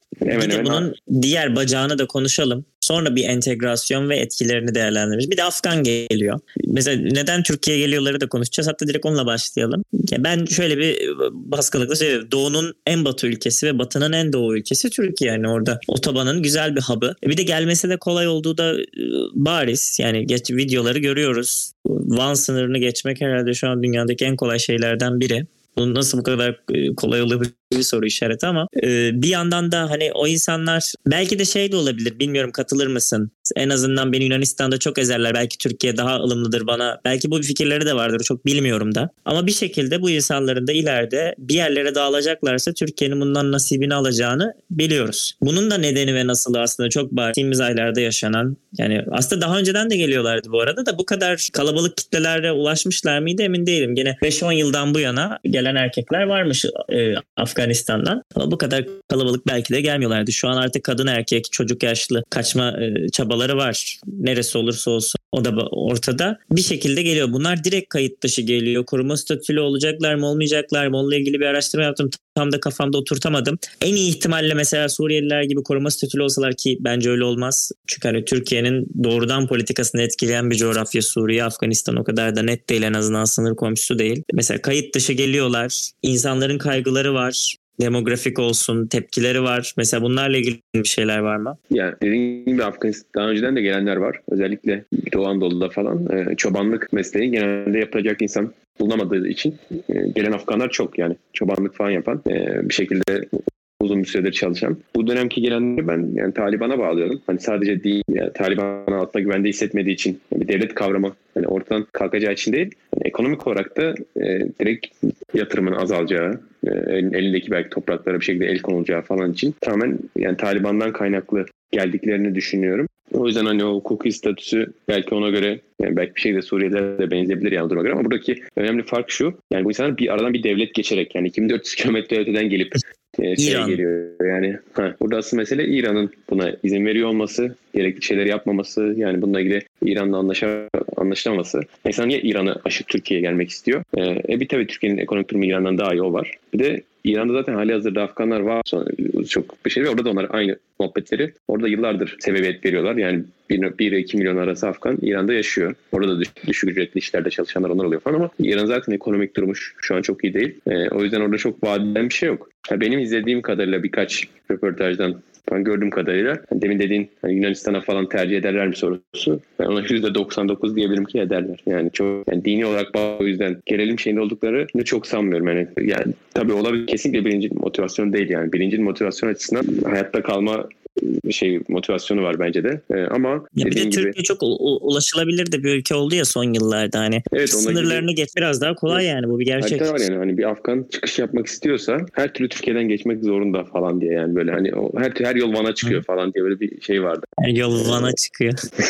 Hemen bir de hemen bunun diğer bacağını da konuşalım. Sonra bir entegrasyon ve etkilerini değerlendiririz. Bir de Afgan geliyor. Mesela neden Türkiye geliyorları da konuşacağız. Hatta direkt onunla başlayalım. Ya ben şöyle bir baskılıkla söylüyorum. Doğu'nun en batı ülkesi ve batının en doğu ülkesi Türkiye. Yani orada otobanın güzel bir hub'ı. Bir de gelmesi de kolay olduğu da bariz. Yani geç, videoları görüyoruz. Van sınırını geçmek herhalde şu an dünyadaki en kolay şeylerden biri. Bunun nasıl bu kadar kolay olabilir bir soru işareti ama bir yandan da hani o insanlar belki de şey de olabilir, bilmiyorum, katılır mısın? En azından beni Yunanistan'da çok ezerler. Belki Türkiye daha ılımlıdır bana. Belki bu fikirleri de vardır. Çok bilmiyorum da. Ama bir şekilde bu insanların da ileride bir yerlere dağılacaklarsa Türkiye'nin bundan nasibini alacağını biliyoruz. Bunun da nedeni ve nasıl aslında çok bahsettiğimiz aylarda yaşanan, yani aslında daha önceden de geliyorlardı bu arada da bu kadar kalabalık kitlelere ulaşmışlar mıydı emin değilim. Gene beş on yıldan bu yana gelen erkekler varmış e, Afganistan'dan. Ama bu kadar kalabalık belki de gelmiyorlardı. Şu an artık kadın erkek çocuk yaşlı kaçma e, çabaları var. Neresi olursa olsun o da ortada. Bir şekilde geliyor. Bunlar direkt kayıt dışı geliyor. Koruma statülü olacaklar mı olmayacaklar mı? Onunla ilgili bir araştırma yaptım. Tam da kafamda oturtamadım. En iyi ihtimalle mesela Suriyeliler gibi koruma statülü olsalar, ki bence öyle olmaz. Çünkü hani Türkiye'nin doğrudan politikasını etkileyen bir coğrafya Suriye. Afganistan o kadar da net değil, en azından sınır komşusu değil. Mesela kayıt dışı geliyorlar. İnsanların kaygıları var. Demografik olsun, tepkileri var. Mesela bunlarla ilgili bir şeyler var mı? Yani dediğim gibi Afganistan daha önceden de gelenler var. Özellikle Doğu Anadolu'da falan e, çobanlık mesleği genelde yapacak insan bulunamadığı için e, gelen Afganlar çok, yani çobanlık falan yapan e, bir şekilde uzun bir süredir çalışan. Bu dönemki gelenleri ben yani Taliban'a bağlıyorum. Hani sadece değil, yani Taliban'ın altında güvende hissetmediği için, yani bir devlet kavramı hani ortadan kalkacağı için değil, yani ekonomik olarak da e, direkt yatırımın azalacağı, e, elindeki belki topraklara bir şekilde el konulacağı falan için tamamen yani Taliban'dan kaynaklı geldiklerini düşünüyorum. O yüzden hani o hukuki statüsü belki ona göre, yani belki bir şey de Suriyelilere de benzeyebilir yani duruma göre, ama buradaki önemli fark şu: yani bu insanlar bir aradan bir devlet geçerek, yani iki bin dört yüz kilometre öteden gelip e, şeye geliyor. Yani ha, burada asıl mesele İran'ın buna izin veriyor olması, gerekli şeyleri yapmaması, yani bununla ilgili İran'la anlaşa, anlaşılamaması. İnsan niye İran'ı aşıp Türkiye'ye gelmek istiyor? E, e bir tabii Türkiye'nin ekonomik durumu İran'dan daha iyi o var. Bir de İran'da zaten hali hazırda Afganlar var. Çok bir şey ve orada da onlar aynı muhabbetleri. Orada yıllardır sebebiyet veriyorlar. Yani bir ile iki milyon arası Afgan İran'da yaşıyor. Orada da düşük ücretli işlerde çalışanlar onlar oluyor falan, ama İran zaten ekonomik durumu şu an çok iyi değil. E, o yüzden orada çok vaat eden bir şey yok. Yani benim izlediğim kadarıyla birkaç röportajdan ben gördüğüm kadarıyla, demin dediğin hani Yunanistan'a falan tercih ederler mi sorusu, ben ona yüzde doksan dokuz diyebilirim ki ederler. Yani çok yani dini olarak o yüzden gelelim şeyinde olduklarını çok sanmıyorum. Yani, yani tabii olabilir, kesinlikle birinci motivasyon değil yani. Birinci motivasyon açısından hayatta kalma şey motivasyonu var bence de. Ee, ama ya bir de Türkiye gibi, çok u- ulaşılabilir de bir ülke oldu ya son yıllarda, hani evet, sınırlarını gibi, geç biraz daha kolay, yani bu bir gerçek. Harita var yani, hani bir Afgan çıkış yapmak istiyorsa her türlü Türkiye'den geçmek zorunda falan diye, yani böyle hani o her her yol Van'a çıkıyor Hı. falan diye böyle bir şey vardı. Her yol Van'a çıkıyor.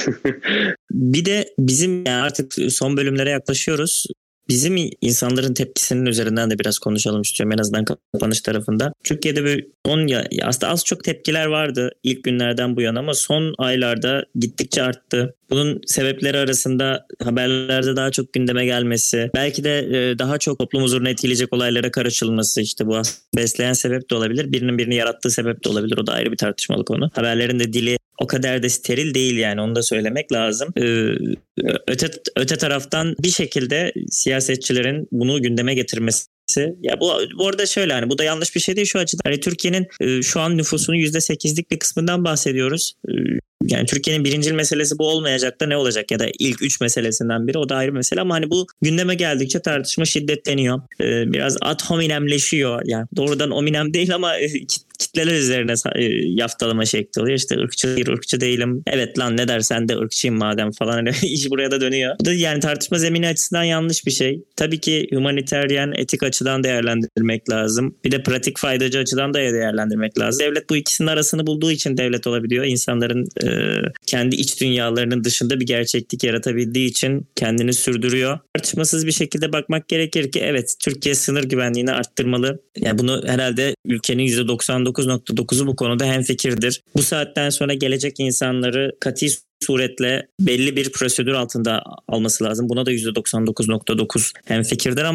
Bir de bizim yani artık son bölümlere yaklaşıyoruz. Bizim insanların tepkisinin üzerinden de biraz konuşalım istiyorum, en azından kapanış tarafında. Türkiye'de böyle on ya aslında az çok tepkiler vardı ilk günlerden bu yana, ama son aylarda gittikçe arttı. Bunun sebepleri arasında haberlerde daha çok gündeme gelmesi, belki de daha çok toplum huzurunu etkileyecek olaylara karışılması, işte bu besleyen sebep de olabilir. Birinin birini yarattığı sebep de olabilir. O da ayrı bir tartışmalı konu. Haberlerin de dili o kadar da steril değil, yani onu da söylemek lazım. Ee, öte, öte taraftan bir şekilde siyasetçilerin bunu gündeme getirmesi, ya bu, bu arada şöyle, hani bu da yanlış bir şey değil şu açıdan. Hani Türkiye'nin e, şu an nüfusunun yüzde sekizlik bir kısmından bahsediyoruz. E, yani Türkiye'nin birincil meselesi bu olmayacak da ne olacak, ya da ilk üç meselesinden biri, o da ayrı bir mesele, ama hani bu gündeme geldikçe tartışma şiddetleniyor. E, biraz ad hominemleşiyor. Yani doğrudan hominem değil ama e, kitleler üzerine e, yaftalama şekli oluyor. İşte ırkçı değil, ırkçı değilim. Evet lan ne dersen de ırkçıyım madem falan. Hani iş buraya da dönüyor. Bu da yani tartışma zemini açısından yanlış bir şey. Tabii ki humanitarian, etik açıdan değerlendirmek lazım. Bir de pratik faydacı açıdan da değerlendirmek lazım. Devlet bu ikisinin arasını bulduğu için devlet olabiliyor. İnsanların e, kendi iç dünyalarının dışında bir gerçeklik yaratabildiği için kendini sürdürüyor. Tartışmasız bir şekilde bakmak gerekir ki evet, Türkiye sınır güvenliğini arttırmalı. Yani bunu herhalde ülkenin yüzde doksan dokuz nokta dokuzu bu konuda hemfikirdir. Bu saatten sonra gelecek insanları kati suretle belli bir prosedür altında alması lazım. Buna da yüzde doksan dokuz nokta dokuz hemfikirdir, ama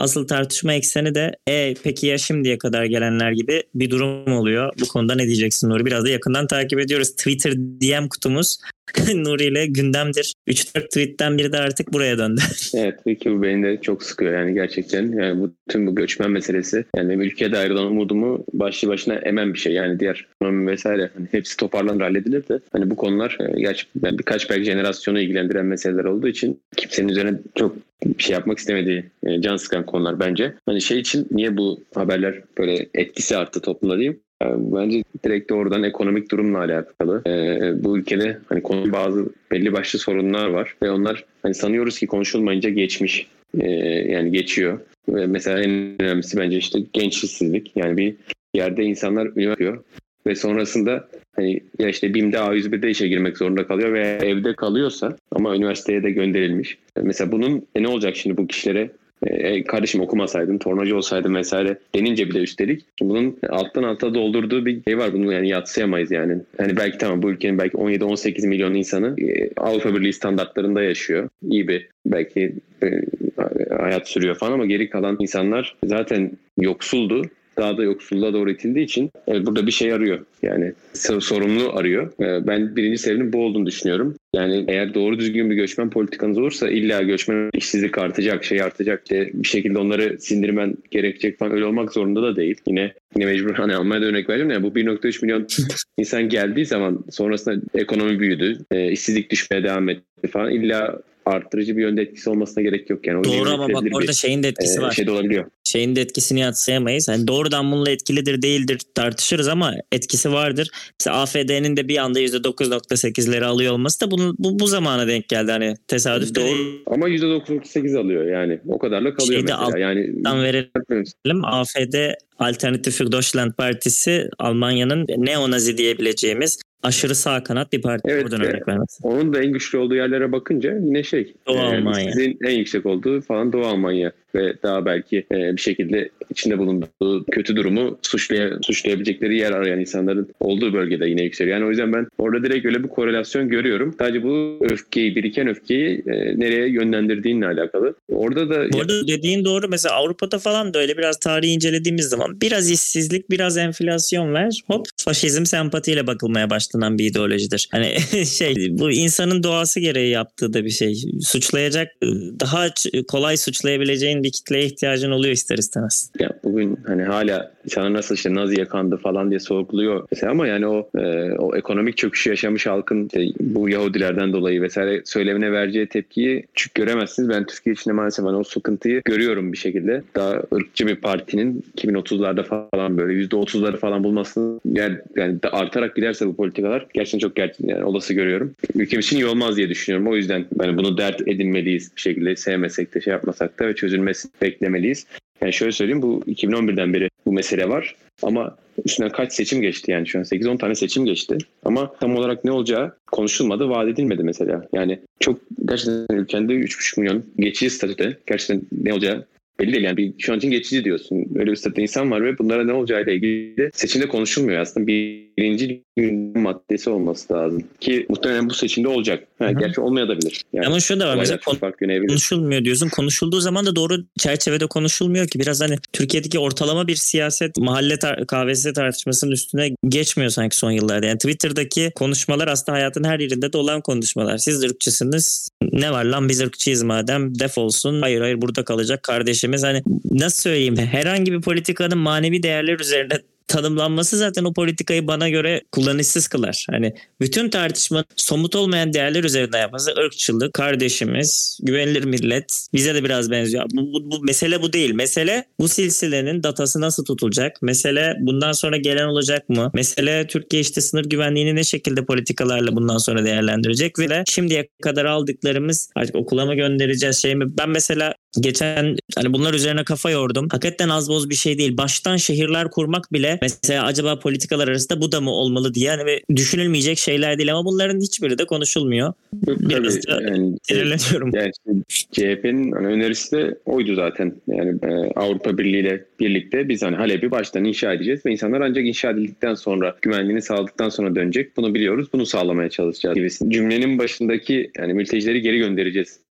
Asıl tartışma ekseni de e, peki ya şimdiye kadar gelenler gibi bir durum oluyor. Bu konuda ne diyeceksin Nuri? Biraz da yakından takip ediyoruz. Twitter D M kutumuz Nuri ile gündemdir. üç dört tweetten biri de artık buraya döndü. Evet, peki bu beni de çok sıkıyor yani gerçekten. Yani bu tüm bu göçmen meselesi, yani ülkeye dair olan umudumu başlı başına emen bir şey. Yani diğer ekonomi vesaire hani hepsi toparlanır, halledilir de hani bu konular gerçekten birkaç belki jenerasyonu ilgilendiren meseleler olduğu için kimsenin üzerine çok bir şey yapmak istemediği, can sıkan konular bence. Hani şey için niye bu haberler böyle etkisi arttı toplumda diyeyim. Bence direkt doğrudan ekonomik durumla alakalı. Ee, bu ülkede hani konu bazı belli başlı sorunlar var ve onlar hani sanıyoruz ki konuşulmayınca geçmiş. Ee, yani geçiyor. Ve mesela en önemlisi bence işte genç işsizlik. Yani bir yerde insanlar üniversite ve sonrasında hani ya işte BİM'de A yüz birde işe girmek zorunda kalıyor ve evde kalıyorsa ama üniversiteye de gönderilmiş. Mesela bunun e, ne olacak şimdi bu kişilere? E, kardeşim okumasaydın, tornacı olsaydın vesaire denince bile üstelik bunun alttan alta doldurduğu bir şey var. Bunu yani yadsıyamayız yani. Yani belki tamam bu ülkenin belki on yedi on sekiz milyon insanı e, Avrupa Birliği standartlarında yaşıyor. İyi bir belki e, hayat sürüyor falan ama geri kalan insanlar zaten yoksuldu. Daha da yoksulluğa doğru itildiği için evet, burada bir şey arıyor. Yani sorumlu arıyor. Ben birinci sebebinin bu olduğunu düşünüyorum. Yani eğer doğru düzgün bir göçmen politikanız olursa illa göçmen işsizlik artacak, şey artacak. İşte bir şekilde onları sindirmen gerekecek falan öyle olmak zorunda da değil. Yine yine mecbur hani Almanya'da örnek vereceğim. Yani bu bir nokta üç milyon insan geldiği zaman sonrasında ekonomi büyüdü. işsizlik düşmeye devam etti falan. İlla arttırıcı bir yönde etkisi olmasına gerek yok. Yani doğru ama bak orada şeyin de etkisi e, var. Şey de olabiliyor. Şeyin de etkisini yadsıyamayız. Yani doğrudan bununla etkilidir değildir tartışırız ama etkisi vardır. Mesela A F D'nin de bir anda yüzde dokuz nokta sekizleri alıyor olması da bunu, bu, bu zamana denk geldi. Hani tesadüf doğru. değil. Ama yüzde dokuz nokta sekiz alıyor yani. O kadarla kalıyor Şeyde mesela. Yani verelim. A F D Alternative für Deutschland Partisi Almanya'nın neonazi diyebileceğimiz aşırı sağ kanat bir parti. Evet, Oradan örnek vermek. Onun da en güçlü olduğu yerlere bakınca yine şey. Doğu e, Almanya. Sizin en yüksek olduğu falan Doğu Almanya ve daha belki e, bir şekilde içinde bulunduğu kötü durumu suçlaya, suçlayabilecekleri yer arayan insanların olduğu bölgede yine yükseliyor. Yani o yüzden ben orada direkt öyle bir korelasyon görüyorum. Sadece bu öfkeyi, biriken öfkeyi e, nereye yönlendirdiğinle alakalı. Orada da... Bu arada dediğin doğru. Mesela Avrupa'da falan da öyle biraz tarihi incelediğimiz zaman biraz işsizlik, biraz enflasyon ver. Hop faşizm sempatiyle bakılmaya başlanan bir ideolojidir. Hani şey bu insanın doğası gereği yaptığı da bir şey. Suçlayacak daha kolay suçlayabileceğin bir kitleye ihtiyacın oluyor ister istemez. Ya bugün hani hala sana nasıl işte Nazi'ye kandı falan diye sorguluyor mesela ama yani o e, o ekonomik çöküşü yaşamış halkın işte bu Yahudilerden dolayı vesaire söylemine vereceği tepkiyi küçük göremezsiniz. Ben Türkiye içinde maalesef hani o sıkıntıyı görüyorum bir şekilde. Daha ırkçı bir partinin iki bin otuzlarda falan böyle yüzde otuzları falan bulmasını yani, yani artarak giderse bu politikalar gerçekten çok gerçekten yani olası görüyorum. Ülkemiz için iyi olmaz diye düşünüyorum. O yüzden yani bunu dert edinmeliyiz bir şekilde sevmesek de şey yapmasak da ve çözülmesini beklemeliyiz. Yani şöyle söyleyeyim bu iki bin on birden beri bu mesele var ama üstünden kaç seçim geçti yani şu an sekiz on tane seçim geçti ama tam olarak ne olacağı konuşulmadı, vaat edilmedi mesela. Yani çok gerçekten ülkende üç buçuk milyon geçici statüde gerçekten ne olacağı belli değil yani bir, şu an için geçici diyorsun. Öyle bir statüde insan var ve bunlara ne olacağıyla ilgili seçimde konuşulmuyor aslında. Birinci gündem maddesi olması lazım ki muhtemelen bu seçimde olacak. Ha, gerçi olmayabilir. Yani ama şu da var mesela konuşulmuyor diyorsun. Konuşulduğu zaman da doğru çerçevede konuşulmuyor ki. Biraz hani Türkiye'deki ortalama bir siyaset mahalle tar- kahvesi tartışmasının üstüne geçmiyor sanki son yıllarda. Yani Twitter'daki konuşmalar aslında hayatın her yerinde de olan konuşmalar. Siz ırkçısınız. Ne var lan biz ırkçıyız madem defolsun. Hayır hayır burada kalacak kardeşimiz. Hani nasıl söyleyeyim herhangi bir politikanın manevi değerler üzerine tanımlanması zaten o politikayı bana göre kullanışsız kılar. Hani bütün tartışma somut olmayan değerler üzerinde yapması ırkçılık, kardeşimiz, güvenilir millet bize de biraz benziyor. Bu, bu, bu mesele bu değil. Mesele bu silsilenin datası nasıl tutulacak? Mesele bundan sonra gelen olacak mı? Mesele Türkiye işte sınır güvenliğini ne şekilde politikalarla bundan sonra değerlendirecek ve şimdiye kadar aldıklarımız artık okula mı göndereceğiz şey mi? Ben mesela geçen hani bunlar üzerine kafa yordum. Hakikaten az boz bir şey değil. Baştan şehirler kurmak bile mesela acaba politikalar arasında bu da mı olmalı diye hani düşünülmeyecek şeyler değil ama bunların hiçbiri de konuşulmuyor. Yok, biraz da yani, sinirleniyorum. Yani işte C H P'nin hani önerisi de oydu zaten. Yani e, Avrupa Birliği ile birlikte biz hani Halep'i baştan inşa edeceğiz ve insanlar ancak inşa edildikten sonra güvenliğini sağladıktan sonra dönecek. Bunu biliyoruz. Bunu sağlamaya çalışacağız gibisi. Cümlenin başındaki yani mültecileri geri göndereceğiz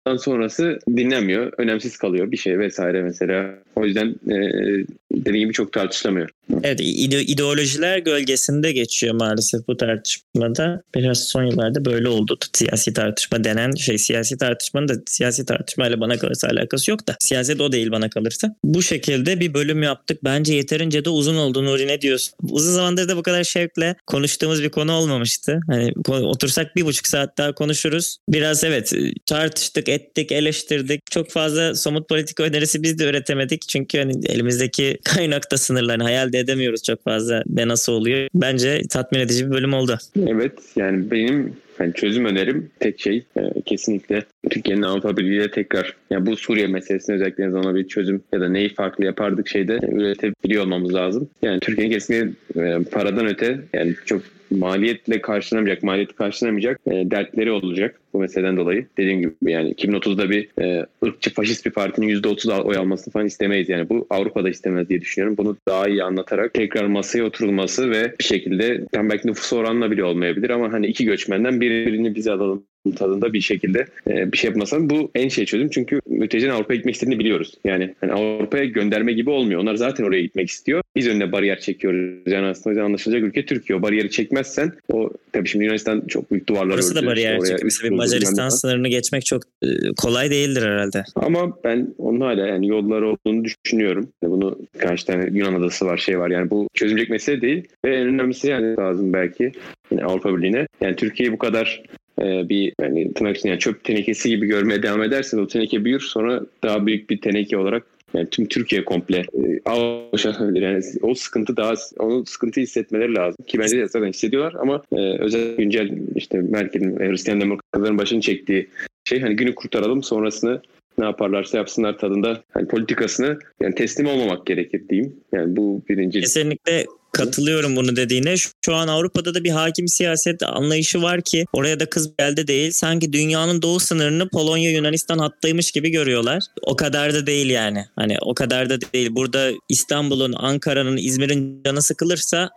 ondan sonrası dinlenmiyor. Önemsiz kalıyor bir şey vesaire mesela. O yüzden e, dediğim gibi çok tartışılamıyor. Evet, ide- ideolojiler gölgesinde geçiyor maalesef bu tartışmada. Biraz son yıllarda böyle oldu. Siyasi tartışma denen şey, siyasi tartışmanın da siyasi tartışmayla bana kalırsa alakası yok da. Siyaset o değil bana kalırsa. Bu şekilde bir bölüm yaptık. Bence yeterince de uzun oldu. Nuri, ne diyorsun? Uzun zamandır da bu kadar şevkle konuştuğumuz bir konu olmamıştı. Hani otursak bir buçuk saat daha konuşuruz. Biraz evet tartıştık, ettik, eleştirdik. Çok fazla somut politika önerisi biz de üretemedik. Çünkü hani elimizdeki kaynak da sınırlı. Hani hayal de edemiyoruz çok fazla ne nasıl oluyor. Bence tatmin edici bir bölüm oldu. Evet, yani benim yani çözüm önerim tek şey e, kesinlikle Türkiye'nin Avrupa Birliği'yle tekrar, yani bu Suriye meselesine özellikle en zaman bir çözüm ya da neyi farklı yapardık şeyde üretebiliyor olmamız lazım. Yani Türkiye'nin kesinlikle e, paradan öte, yani çok maliyetle karşılanamayacak, maliyeti karşılanamayacak e, dertleri olacak bu meseleden dolayı. Dediğim gibi yani iki bin otuzda bir e, ırkçı faşist bir partinin yüzde otuz oy almasını falan istemeyiz. Yani bu Avrupa'da istemez diye düşünüyorum. Bunu daha iyi anlatarak tekrar masaya oturulması ve bir şekilde tam belki nüfus oranla bile olmayabilir ama hani iki göçmenden birini bize alalım tadında bir şekilde e, bir şey yapmasan bu en şey çözüm. Çünkü mültecilerin Avrupa'ya gitmek istediğini biliyoruz. Yani hani Avrupa'ya gönderme gibi olmuyor. Onlar zaten oraya gitmek istiyor. Biz önüne bariyer çekiyoruz. Yani aslında anlaşılacak ülke Türkiye. O bariyeri çekmezsen o tabii şimdi Yunanistan çok büyük duvarlar Orası ördü. da bariyer İşte çekiyor. Mesela bir Macaristan sınırını geçmek çok e, kolay değildir herhalde. Ama ben onun hala yani yolları olduğunu düşünüyorum. Bunu kaç tane Yunan adası var, şey var. Yani bu çözülecek mesele değil. Ve en önemlisi yani lazım belki yani Avrupa Birliği'ne. Yani Türkiye'yi bu kadar bir yani tırnak içinde yani çöp tenekesi gibi görmeye devam edersen o teneke büyür, sonra daha büyük bir teneke olarak yani tüm Türkiye komple ağlaşabilir. Yani o sıkıntı daha onu sıkıntı hissetmeleri lazım ki bence de zaten hissediyorlar ama e, özel güncel işte Merkel'in Hristiyan Demokratların başını çektiği şey hani günü kurtaralım, sonrasını ne yaparlarsa yapsınlar tadında hani politikasını yani teslim olmamak gerekir diyeyim. Yani bu birinci. Kesinlikle katılıyorum bunu dediğine. Şu an Avrupa'da da bir hakim siyaset anlayışı var ki oraya da kız elde değil. Sanki dünyanın doğu sınırını Polonya Yunanistan hattıymış gibi görüyorlar. O kadar da değil yani. Hani o kadar da değil. Burada İstanbul'un, Ankara'nın, İzmir'in canı sıkılırsa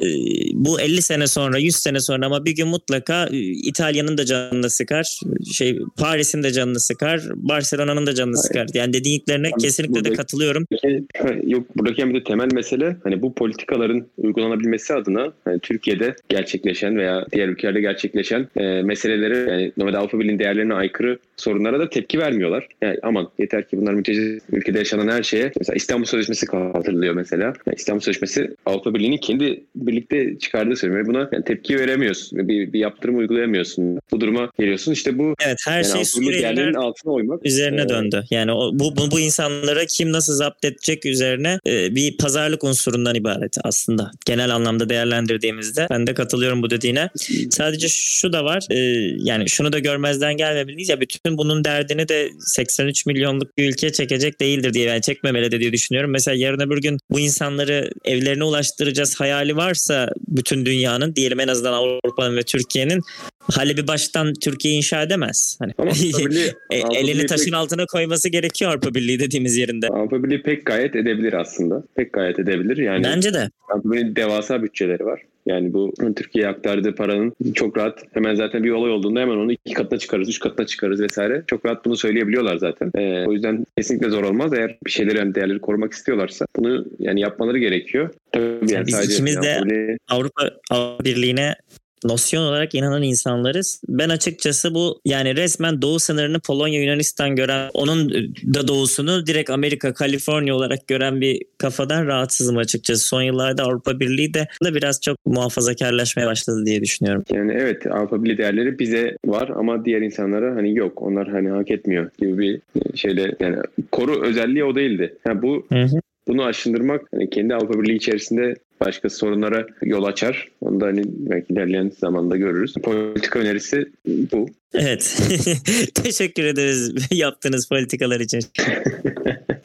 bu elli sene sonra, yüz sene sonra ama bir gün mutlaka İtalya'nın da canını sıkar, şey Paris'in de canını sıkar, Barcelona'nın da canını sıkar. Yani dediklerine yani kesinlikle buradaki, de katılıyorum. Yok, buradaki bir de temel mesele hani bu politikaların uygulanabilmesi adına hani Türkiye'de gerçekleşen veya diğer ülkelerde gerçekleşen e, meselelere yani normalde Avrupa Birliği'nin değerlerine aykırı sorunlara da tepki vermiyorlar. Yani aman yeter ki bunlar mülteci ülkede yaşanan her şeye, mesela İstanbul Sözleşmesi kaldırılıyor mesela. Yani İstanbul Sözleşmesi Avrupa Birliği'nin kendi birlikte çıkardığı söylüyor. Buna yani tepki veremiyorsun. Bir, bir yaptırım uygulayamıyorsun. Bu duruma geliyorsun. İşte bu evet, her yani şey Suriyelilerin altına oymak üzerine ee, döndü. Yani o, bu, bu bu insanlara kim nasıl zapt edecek üzerine e, bir pazarlık unsurundan ibaret aslında. Genel anlamda değerlendirdiğimizde ben de katılıyorum bu dediğine. Sadece şu da var. E, yani şunu da görmezden gelmemeliyiz ya, bütün bunun derdini de seksen üç milyonluk bir ülke çekecek değildir diye, yani çekmemeli de diye düşünüyorum. Mesela yarın öbür gün bu insanları evlerine ulaştıracağız hayali varsa bütün dünyanın, diyelim en azından Avrupa'nın ve Türkiye'nin, Halep'i baştan Türkiye inşa edemez. Hani ama Birliği, elini taşın pek, altına koyması gerekiyor Avrupa Birliği dediğimiz yerinde. Avrupa Birliği pek gayet edebilir aslında. Pek gayet edebilir. Yani bence de. Avrupa Birliği'nin devasa bütçeleri var. Yani bu Türkiye'ye aktardığı paranın çok rahat, hemen zaten bir olay olduğunda hemen onu iki katına çıkarırız, üç katına çıkarırız vesaire. Çok rahat bunu söyleyebiliyorlar zaten. Ee, o yüzden kesinlikle zor olmaz. Eğer bir şeyleri, yani değerleri korumak istiyorlarsa bunu yani yapmaları gerekiyor. Tabii yani biz sadece ikimiz de yani Avrupa, Avrupa Birliği'ne nosyon olarak inanan insanlarız. Ben açıkçası bu yani resmen doğu sınırını Polonya Yunanistan gören, onun da doğusunu direkt Amerika Kaliforniya olarak gören bir kafadan rahatsızım açıkçası. Son yıllarda Avrupa Birliği de biraz çok muhafazakarlaşmaya başladı diye düşünüyorum. Yani evet, Avrupa Birliği değerleri bize var ama diğer insanlara hani yok. Onlar hani hak etmiyor gibi bir şeyle, yani koru özelliği o değildi. Yani bu hı hı. Bunu aşındırmak hani kendi Avrupa Birliği içerisinde başka sorunlara yol açar. Onu da hani belki ilerleyen zamanda görürüz. Politika önerisi bu. Evet. Teşekkür ederiz yaptığınız politikalar için.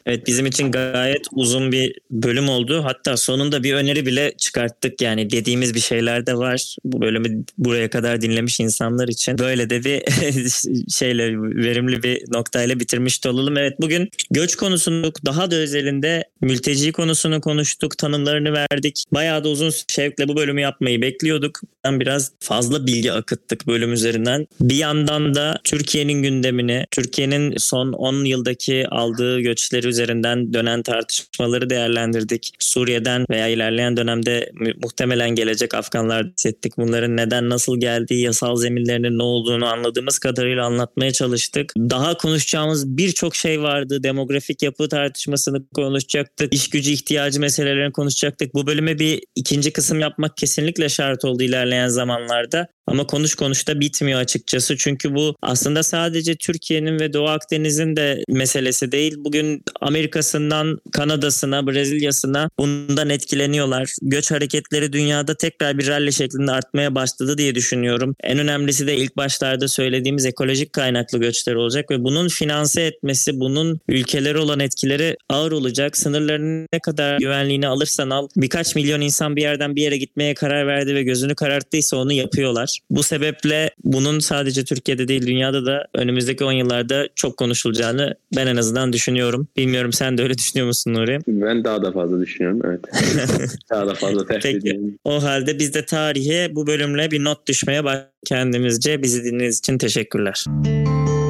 Evet, bizim için gayet uzun bir bölüm oldu. Hatta sonunda bir öneri bile çıkarttık. Yani dediğimiz bir şeyler de var. Bu bölümü buraya kadar dinlemiş insanlar için. Böyle de bir şeyle, verimli bir noktayla bitirmiş de olalım. Evet, bugün göç konusunu, daha da özelinde mülteci konusunu konuştuk. Tanımlarını verdik. Bayağı da uzun şevkle bu bölümü yapmayı bekliyorduk. Biraz fazla bilgi akıttık bölüm üzerinden. Bir yandan da Türkiye'nin gündemini, Türkiye'nin son on yıldaki aldığı göçleri üzerinden dönen tartışmaları değerlendirdik. Suriye'den veya ilerleyen dönemde muhtemelen gelecek Afganlar hissettik. Bunların neden, nasıl geldiği, yasal zeminlerinin ne olduğunu anladığımız kadarıyla anlatmaya çalıştık. Daha konuşacağımız birçok şey vardı. Demografik yapı tartışmasını konuşacaktık. İş gücü ihtiyacı meselelerini konuşacaktık. Bu bölüme bir ikinci kısım yapmak kesinlikle şart oldu ilerleyen zamanlarda. Ama konuş konuş da bitmiyor açıkçası. Çünkü bu aslında sadece Türkiye'nin ve Doğu Akdeniz'in de meselesi değil. Bugün Amerika'sından Kanada'sına, Brezilya'sına bundan etkileniyorlar. Göç hareketleri dünyada tekrar bir rally şeklinde artmaya başladı diye düşünüyorum. En önemlisi de ilk başlarda söylediğimiz ekolojik kaynaklı göçler olacak ve bunun finanse etmesi, bunun ülkelere olan etkileri ağır olacak. Sınırların ne kadar güvenliğini alırsan al, birkaç milyon insan bir yerden bir yere gitmeye karar verdi ve gözünü kararttıysa onu yapıyorlar. Bu sebeple bunun sadece Türkiye'de değil, dünyada da önümüzdeki on yıllarda çok konuşulacağını ben en azından düşünüyorum. Bilmiyorum, sen de öyle düşünüyor musun Nuri? Ben daha da fazla düşünüyorum, evet. Daha da fazla tercih ediyorum. O halde biz de tarihe bu bölümle bir not düşmeye başlayalım kendimizce. Bizi dinlediğiniz için teşekkürler.